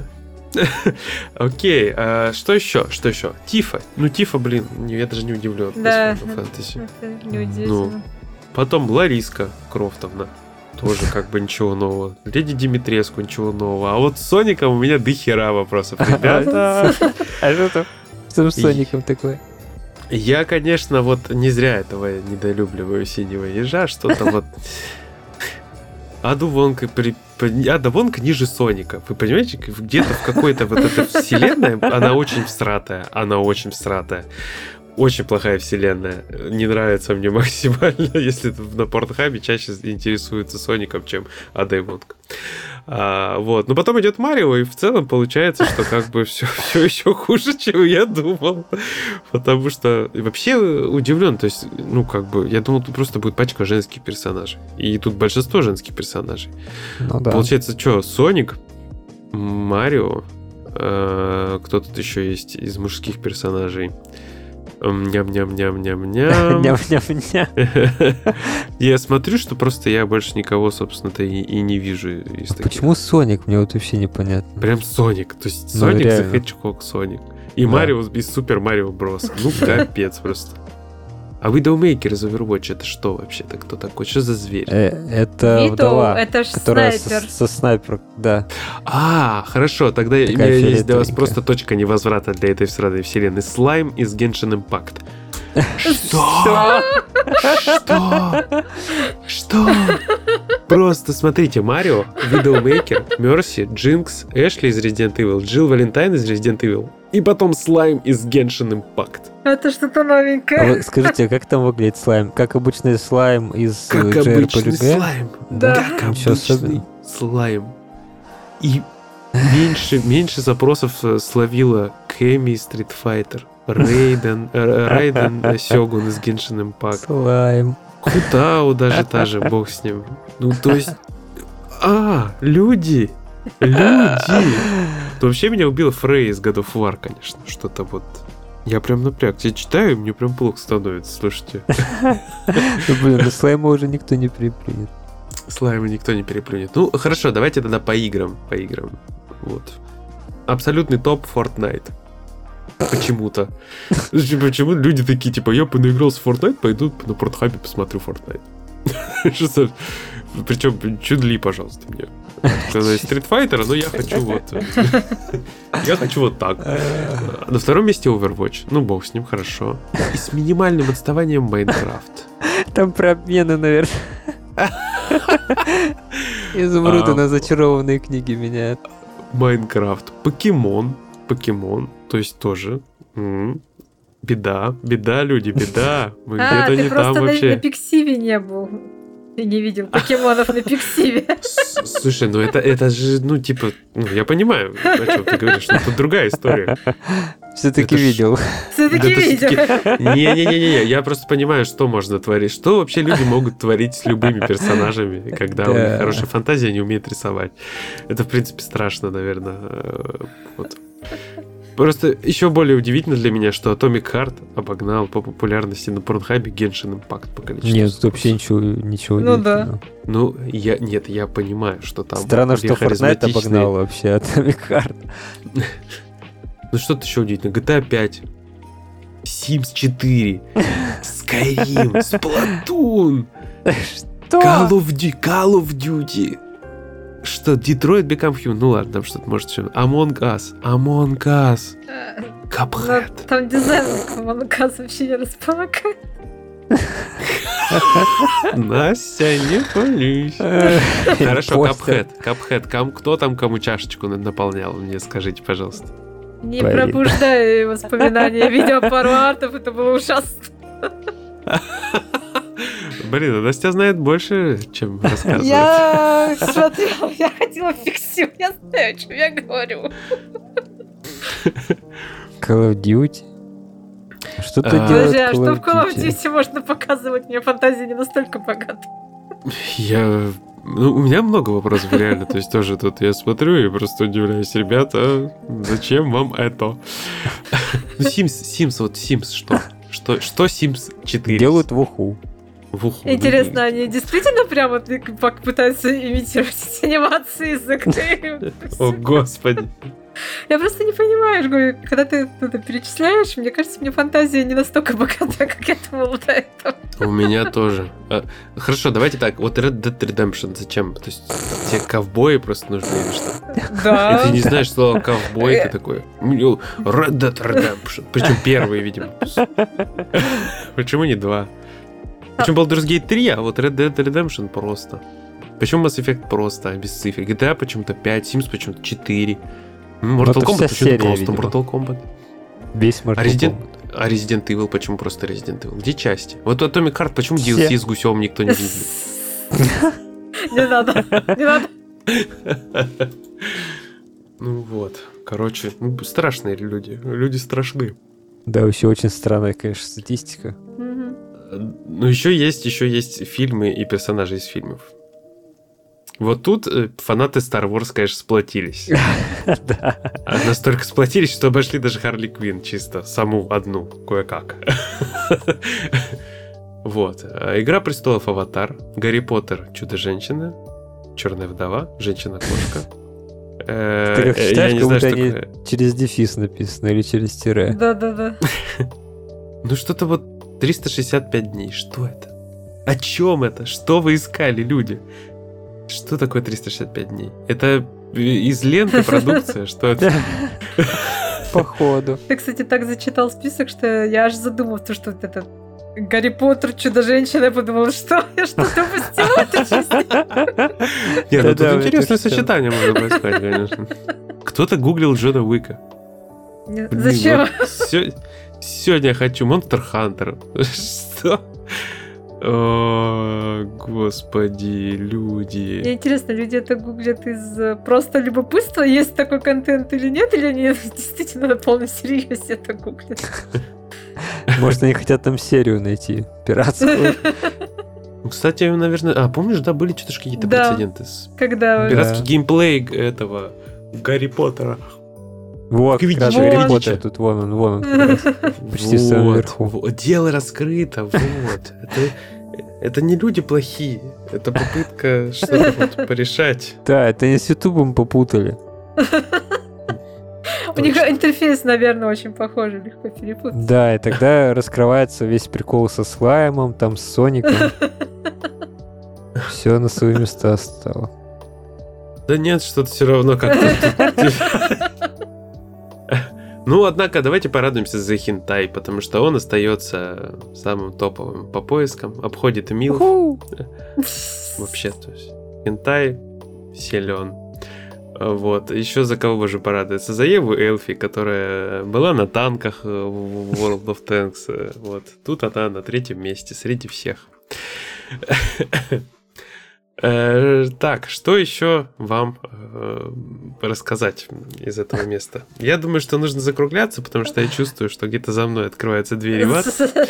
Окей, а что еще? Что еще? Тифа. Ну, Тифа, блин, не- я даже не удивлен. из Да. Final Fantasy. Это неудивительно. Потом Лариска Крофтовна. Тоже как бы ничего нового. Леди Димитреску ничего нового. А вот с Соником у меня дохера вопросов. Ребята, А что там? Что с Соником такое? я, конечно, вот не зря этого недолюбливаю синего ежа. Что-то вот... Ада Вонг, при... при- Ада Вонг ниже Соника. Вы понимаете, где-то в какой-то вот этой вселенной она очень всратая. Она очень всратая. Очень плохая вселенная. Не нравится мне максимально, если на Портхабе чаще интересуются Соником, чем Адой Вонг. А, вот. Но потом идет Марио, и в целом получается, что как бы все, все еще хуже, чем я думал. Потому что и вообще удивлен. То есть, ну, как бы, я думал, тут просто будет пачка женских персонажей. И тут большинство женских персонажей. Ну да. Получается, что, Соник, Марио, э, кто тут еще есть из мужских персонажей? М, Ням-ням-ням-ням-ням. Ням-ням-ням. Я смотрю, что просто я больше никого, собственно-то, и, и не вижу из таких. Почему Соник? Мне вот вообще непонятно. Прям Соник. То есть Ну, Соник реально. the Hedgehog Соник. И Да. Марио из Супер Марио Брос. Ну, капец просто. А Widowmaker из Overwatch это что вообще-то? Кто такой? Что за зверь? Э, Это Видоу, вдова, это ж которая со, снайпер. со снайпер, да. А, хорошо, тогда у Такая меня есть для вас фиолетовенькая. просто точка невозврата для этой всратой вселенной. Слайм из Genshin Impact. Что? Что? Что? Просто смотрите, Марио, Widowmaker, Мерси, Джинкс, Эшли из Resident Evil, Джилл Валентайн из Resident Evil. И потом Слайм из Genshin Impact. Это что-то А новенькое. вы скажите, как там выглядит слайм? Как обычный слайм из Как э, обычный джей ар пи джи? слайм. Да. Как Ничего обычный особенного. слайм. И меньше, меньше запросов э, словила Кэми из Street Fighter, Рейден, э, Райден э, Сёгун из Genshin Impact, Слайм. Кутао даже та же, бог с ним. Ну, то есть... А, люди! Люди! То вообще меня убил Фрей из God of War, конечно. Что-то вот... Я прям напряг. Я читаю, и мне прям плохо становится, слушайте. Ну, блин, ну слайма уже никто не переплюнет. Слайма никто не переплюнет. Ну, хорошо, давайте тогда по играм. По играм. Вот. Абсолютный топ Fortnite. Почему-то. Почему люди такие, типа, я понаигрался в Fortnite, пойду на Портхабе посмотрю Fortnite. Причем чудли, пожалуйста, мне. Сказать Street Fighter, но я хочу вот... Я хочу вот так. На втором месте Overwatch. Ну, бог с ним, хорошо. И с минимальным отставанием Майнкрафт. Там про обмены, наверное. Изумруды А, на зачарованные книги меняют. Майнкрафт. Покемон. Покемон. То есть тоже. М. Беда. Беда, люди, беда. Мы А, где-то ты не просто там на, на вообще. Пиксиве не был. Ты не видел покемонов на Пиксиве. С- Слушай, ну это, это же, ну, типа, ну, я понимаю, о чем ты говоришь, но это другая история. Все-таки Это ж- видел. Все-таки Это ж видел. таки- Не-не-не-не, я просто понимаю, что можно творить. Что вообще люди могут творить с любыми персонажами, когда у них Да. хорошая фантазия, они умеют рисовать. Это, в принципе, страшно, наверное. э, Вот. Просто еще более удивительно для меня, что Atomic Heart обогнал по популярности на Порнхабе Genshin Impact по количеству. Нет, тут вообще ничего, ничего Ну нет. да. Ну, я, нет, я понимаю, что там... Странно, что две Fortnite харизматичные- обогнал вообще Atomic Heart. Ну что-то еще удивительно. джи ти эй пять, Sims четыре, Skyrim, Splatoon, Что? Call of Duty, Call of Duty. Что, Detroit Become Human? Ну ладно, там что-то может еще. Among Us, Among Us, Э, Cuphead. но Там дизайн Амонкас вообще не располагает. Настя, не пались. Хорошо, Постер. Cuphead, Cuphead. Кам- Кто там кому чашечку на- наполнял? Мне скажите, пожалуйста. Не Блин. пробуждай воспоминания. Видео пару артов, это было ужасно. Блин, а Настя знает больше, чем рассказывает. Я смотрела, я ходила в фиксию, я знаю, о чем я говорю. Call of Duty? Что-то А. делает Подожди, а Call что of в Call of Duty? Duty можно показывать? Мне фантазия не настолько богата. Я... Ну, у меня много вопросов, реально. То есть тоже тут я смотрю и просто удивляюсь. Ребята, зачем вам это? Ну, Sims, Sims, вот Sims что? Что, что Sims четыре? Делают в уху. В уху. Интересно, они действительно прямо так пытаются имитировать эти анимации из игры? О, господи. Я просто не понимаю, я говорю, когда ты это перечисляешь, мне кажется, мне фантазия не настолько богатая, как я думала до этого. У меня тоже. А, хорошо, давайте так. Вот Red Dead Redemption зачем? То есть тебе ковбои просто нужны или что? И Да. ты не знаешь слово ковбой, ты такой «Ну, Red Dead Redemption. Причем первый, видимо. Почему не два? Почему Baldur's Gate три, а вот Red Dead Redemption просто. Почему Mass Effect просто, без цифр? джи ти эй почему-то пять, Sims почему-то четыре. Mortal это Kombat вся почему-то серия, просто видимо. Mortal Kombat. Весь А Mortal Resident, Kombat. а Resident Evil почему просто Resident Evil? Где части? Вот Atomic Heart почему ди эл Все. си с гусем никто не видел? Не надо, не надо. Ну вот, короче, ну, страшные люди. Люди страшны. Да, вообще очень странная, конечно, статистика. Мгм. Ну, еще есть, еще есть фильмы и персонажи из фильмов. Вот тут э, фанаты Star Wars, конечно, сплотились. Да. А настолько сплотились, что обошли даже Харли Квинн чисто, саму одну, кое-как. Вот. А Игра престолов Аватар, Гарри Поттер, Чудо-женщина, Черная вдова, Женщина-кошка. Э, Ты как э, Я читаешь, не как знаю, будто что они такое. через дефис написано или через тире. Да-да-да. Ну что-то вот триста шестьдесят пять дней. Что это? О чем это? Что вы искали, люди? Что такое триста шестьдесят пять дней? Это из ленты продукция? Что это? Походу. Ты, кстати, так зачитал список, что я аж задумался, что вот это Гарри Поттер, Чудо-женщина, я подумала, что я что-то упустила эту часть. Нет, ну тут Да-да, интересное это всё. сочетание можно поискать, конечно. Кто-то гуглил Джона Уика. Не, Блин, Зачем? вот сё- Сегодня я хочу Монстр Хантер. Что? О, господи, Мне люди. интересно, люди это гуглят из э, просто любопытства, есть такой контент или нет, или они действительно на полном серьезе это гуглят. Может, они хотят там серию найти. Пиратскую. Кстати, наверное... А, помнишь, да, были что-то ж какие-то Да. прецеденты с Когда... Да. пиратский геймплей этого Гарри Поттера. Вот, как Квиддич, раз Гарри Квиддич. Поттер, тут вон он, вон он. как раз. Почти в самом Вот, верху. вот. Дело раскрыто, вот. Это, это не люди плохие, это попытка что-то вот порешать. Да, это они с Ютубом попутали. У них Точно. интерфейс, наверное, очень похожий, легко перепутать. Да, и тогда раскрывается весь прикол со слаймом, там, с Соником. Все на свои места стало. Да нет, что-то все равно как-то... Ну, однако, давайте порадуемся за хентай, потому что он остается самым топовым по поискам, обходит и милф. Вообще, то есть, хентай силен. Вот. Еще за кого же порадуется? За Еву Эльфи, которая была на танках в World of Tanks. Вот. Тут она на третьем месте среди всех. Так, что еще вам э, рассказать из этого места? Я думаю, что нужно закругляться, потому что я чувствую, что где-то за мной открываются двери в ад.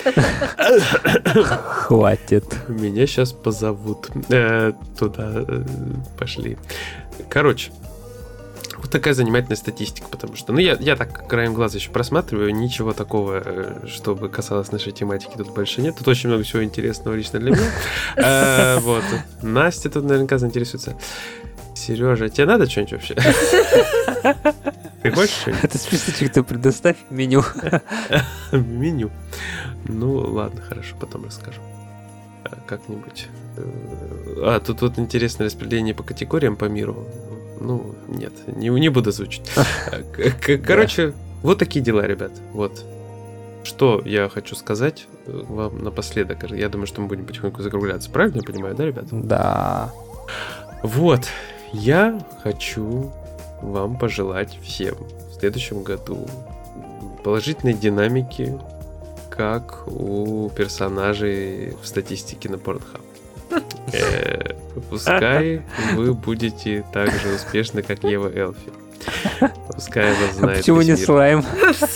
Хватит. Меня сейчас позовут. Э, туда э, пошли. Короче, вот такая занимательная статистика, потому что, ну, я, я так краем глаза еще просматриваю, ничего такого, чтобы касалось нашей тематики, тут больше нет. Тут очень много всего интересного лично для меня. А, вот. Настя тут наверняка заинтересуется. Сережа, тебе надо что-нибудь вообще? Ты хочешь что-нибудь? Это списочек-то предоставь меню. Меню. Ну, ладно, хорошо, потом расскажу. Как-нибудь. А, тут вот интересное распределение по категориям по миру. Ну, нет, не, не буду озвучить. Короче, вот такие дела, ребят. Вот. Что я хочу сказать вам напоследок. Я думаю, что мы будем потихоньку закругляться. Правильно я понимаю, да, ребят? Да. Вот. Я хочу вам пожелать всем в следующем году положительной динамики, как у персонажей в статистике на Pornhub. Э, Пускай вы будете так же успешны, как Ева Эльфи. Пускай вас А знает почему весь не мир. слайм?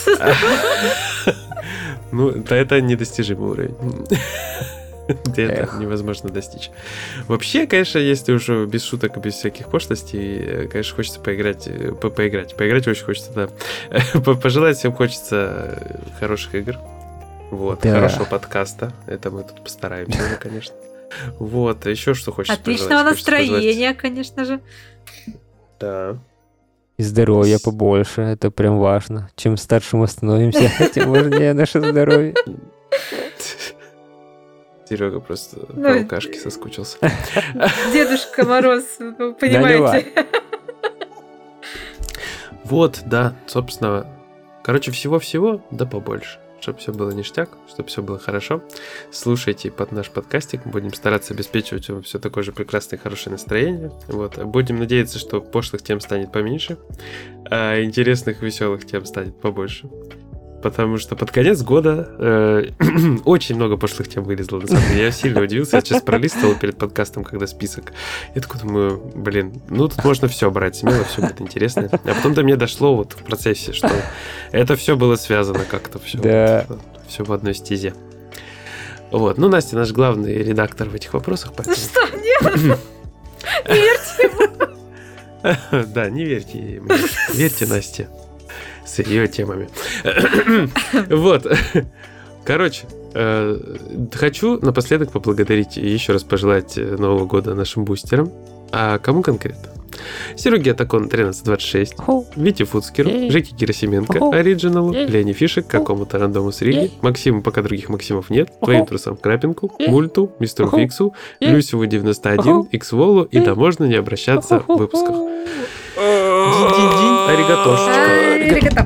Ну, да, это недостижимый уровень. Это Эх. невозможно достичь. Вообще, конечно, если уже без шуток и без всяких пошлостей, конечно, хочется поиграть, по поиграть. Поиграть очень хочется, да. Пожелать всем хочется хороших игр. Вот, Да. хорошего подкаста. Это мы тут постараемся, уже, конечно. Вот, а еще что хочется Отличного пожелать? Хочется пожелать- настроения, конечно же. Да. И здоровья побольше, это прям важно. Чем старше мы становимся, тем важнее наше здоровье. Серега просто Ну, по алкашке соскучился. Дедушка Мороз, вы понимаете. Вот, да, собственно, короче, всего-всего, да побольше. Чтобы все было ништяк, чтобы все было хорошо. Слушайте под наш подкастик. Будем стараться обеспечивать вам все такое же прекрасное и хорошее настроение. Вот. Будем надеяться, что пошлых тем станет поменьше, а интересных, веселых тем станет побольше. Потому что под конец года э, очень много пошлых тем вылезло. На самом деле, я сильно удивился. Я сейчас пролистывал перед подкастом, когда список. Я такой думаю, блин, ну тут можно все брать смело, все будет интересно. А потом до меня дошло вот в процессе, что это все было связано как-то все. Да. Все в одной стезе. Вот. Ну, Настя наш главный редактор в этих вопросах, поэтому... Что, нет? Не верьте ему. Да, не верьте ей. Верьте Насте с ее темами. Вот. Короче, хочу напоследок поблагодарить и еще раз пожелать Нового года нашим бустерам. А кому конкретно? Сереге Атакон тринадцать двадцать шесть, Вите Фуцкеру, Жеке Герасименко, Ориджиналу, Лене Фишек, какому-то рандому с Риги, Максиму, пока других Максимов нет, твоим трусам Крапинку, Мульту, Мистеру Фиксу, Люсеву девяносто один, Иксволу, и да можно не обращаться в выпусках. Ди-ди-ди, аригатошечка. Аригато.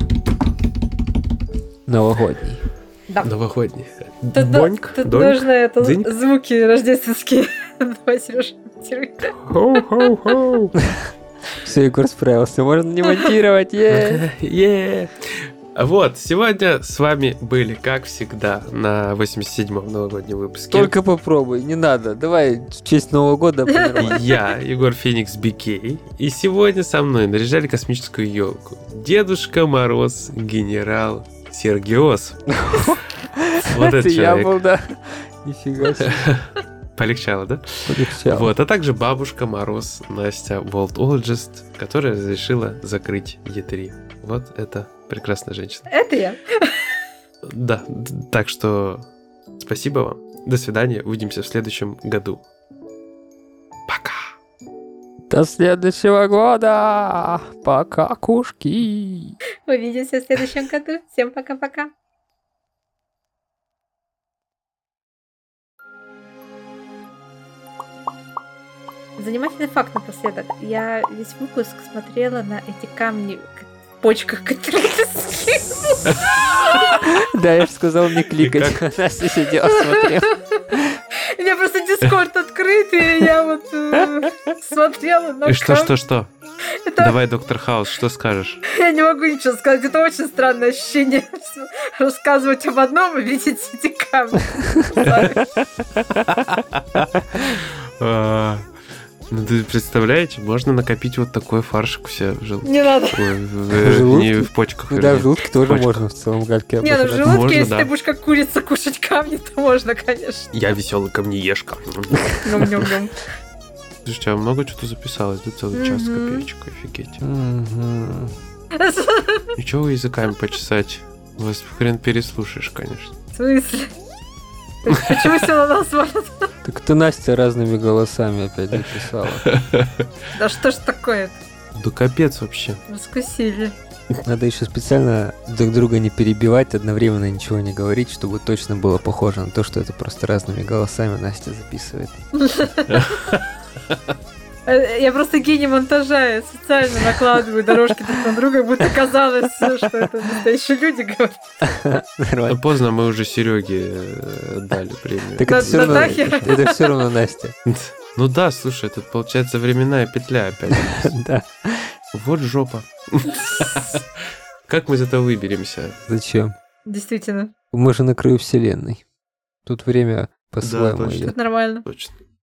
Новогодний. Да. Новогодний. Тут, Боньк, тут доньк, нужно это, дзыньк. звуки рождественские. Давай, Сережа, монтируй. Хоу-хоу-хоу. Все, Егор справился. Можно не монтировать. е. Е. Вот, сегодня с вами были, как всегда, на восемьдесят седьмом новогоднем выпуске. Только попробуй, не надо. Давай в честь Нового года по-нормальному. Я, Егор Феникс Бикей, и сегодня со мной наряжали космическую елку Дедушка Мороз, генерал Сергиос. Вот Это этот я человек. был, да. Нифига себе. Полегчало, да? Полегчало. Вот, а также бабушка Мороз Настя Волтологист, которая разрешила закрыть Е три. Вот это прекрасная женщина. Это я. Да, д- так что спасибо вам. До свидания. Увидимся в следующем году. Пока. До следующего года. Пока, кушки. Увидимся в следующем году. Всем пока-пока. Занимательный факт напоследок. Я весь выпуск смотрела на эти камни в почках, которые ты скинул. Да, я же сказал не кликать. Настя сидела, смотрела. У меня просто Дискорд открыт, и я вот э, смотрела на И что, камни. что, что? Это- Давай, доктор Хаус, что скажешь? Я не могу ничего сказать. Это очень странное ощущение. Рассказывать об одном и видеть эти камни. А, Ну, ты представляете, можно накопить вот такой фаршик у себя в желудке. Не надо. Ой, в- В желудке? Не в почках. Ну да, в вернее. желудке тоже почках. можно в целом гальки Не, ну в обожрать. желудке, Можно, если да. ты будешь как курица кушать камни, то можно, конечно. Я веселый камнеешка. Ням-ням-ням. Слушайте, а много что-то записалось, да, целый час с Мгм. копеечкой, офигеть. Мгм. Ничего вы языками почесать? Вас хрен переслушаешь, конечно. В смысле? Почему все на нас валят? Так ты Настя разными голосами опять записала. Да что ж такое? Да капец вообще. Раскусили. Надо еще специально друг друга не перебивать, одновременно ничего не говорить, чтобы точно было похоже на то, что это просто разными голосами Настя записывает. Э, Я просто гений монтажа, я специально накладываю дорожки друг на друга, будто казалось, что это настоящие люди говорят. А Нормально. поздно мы уже Сереге э, дали премию. Так Да- это все да равно, нахер. это все равно Настя. Ну да, слушай, тут получается временная петля опять. Да. Вот жопа. Как мы из этого выберемся? Зачем? Действительно, Мы же на краю вселенной. Тут время по-своему точно. идет. это нормально. Точно.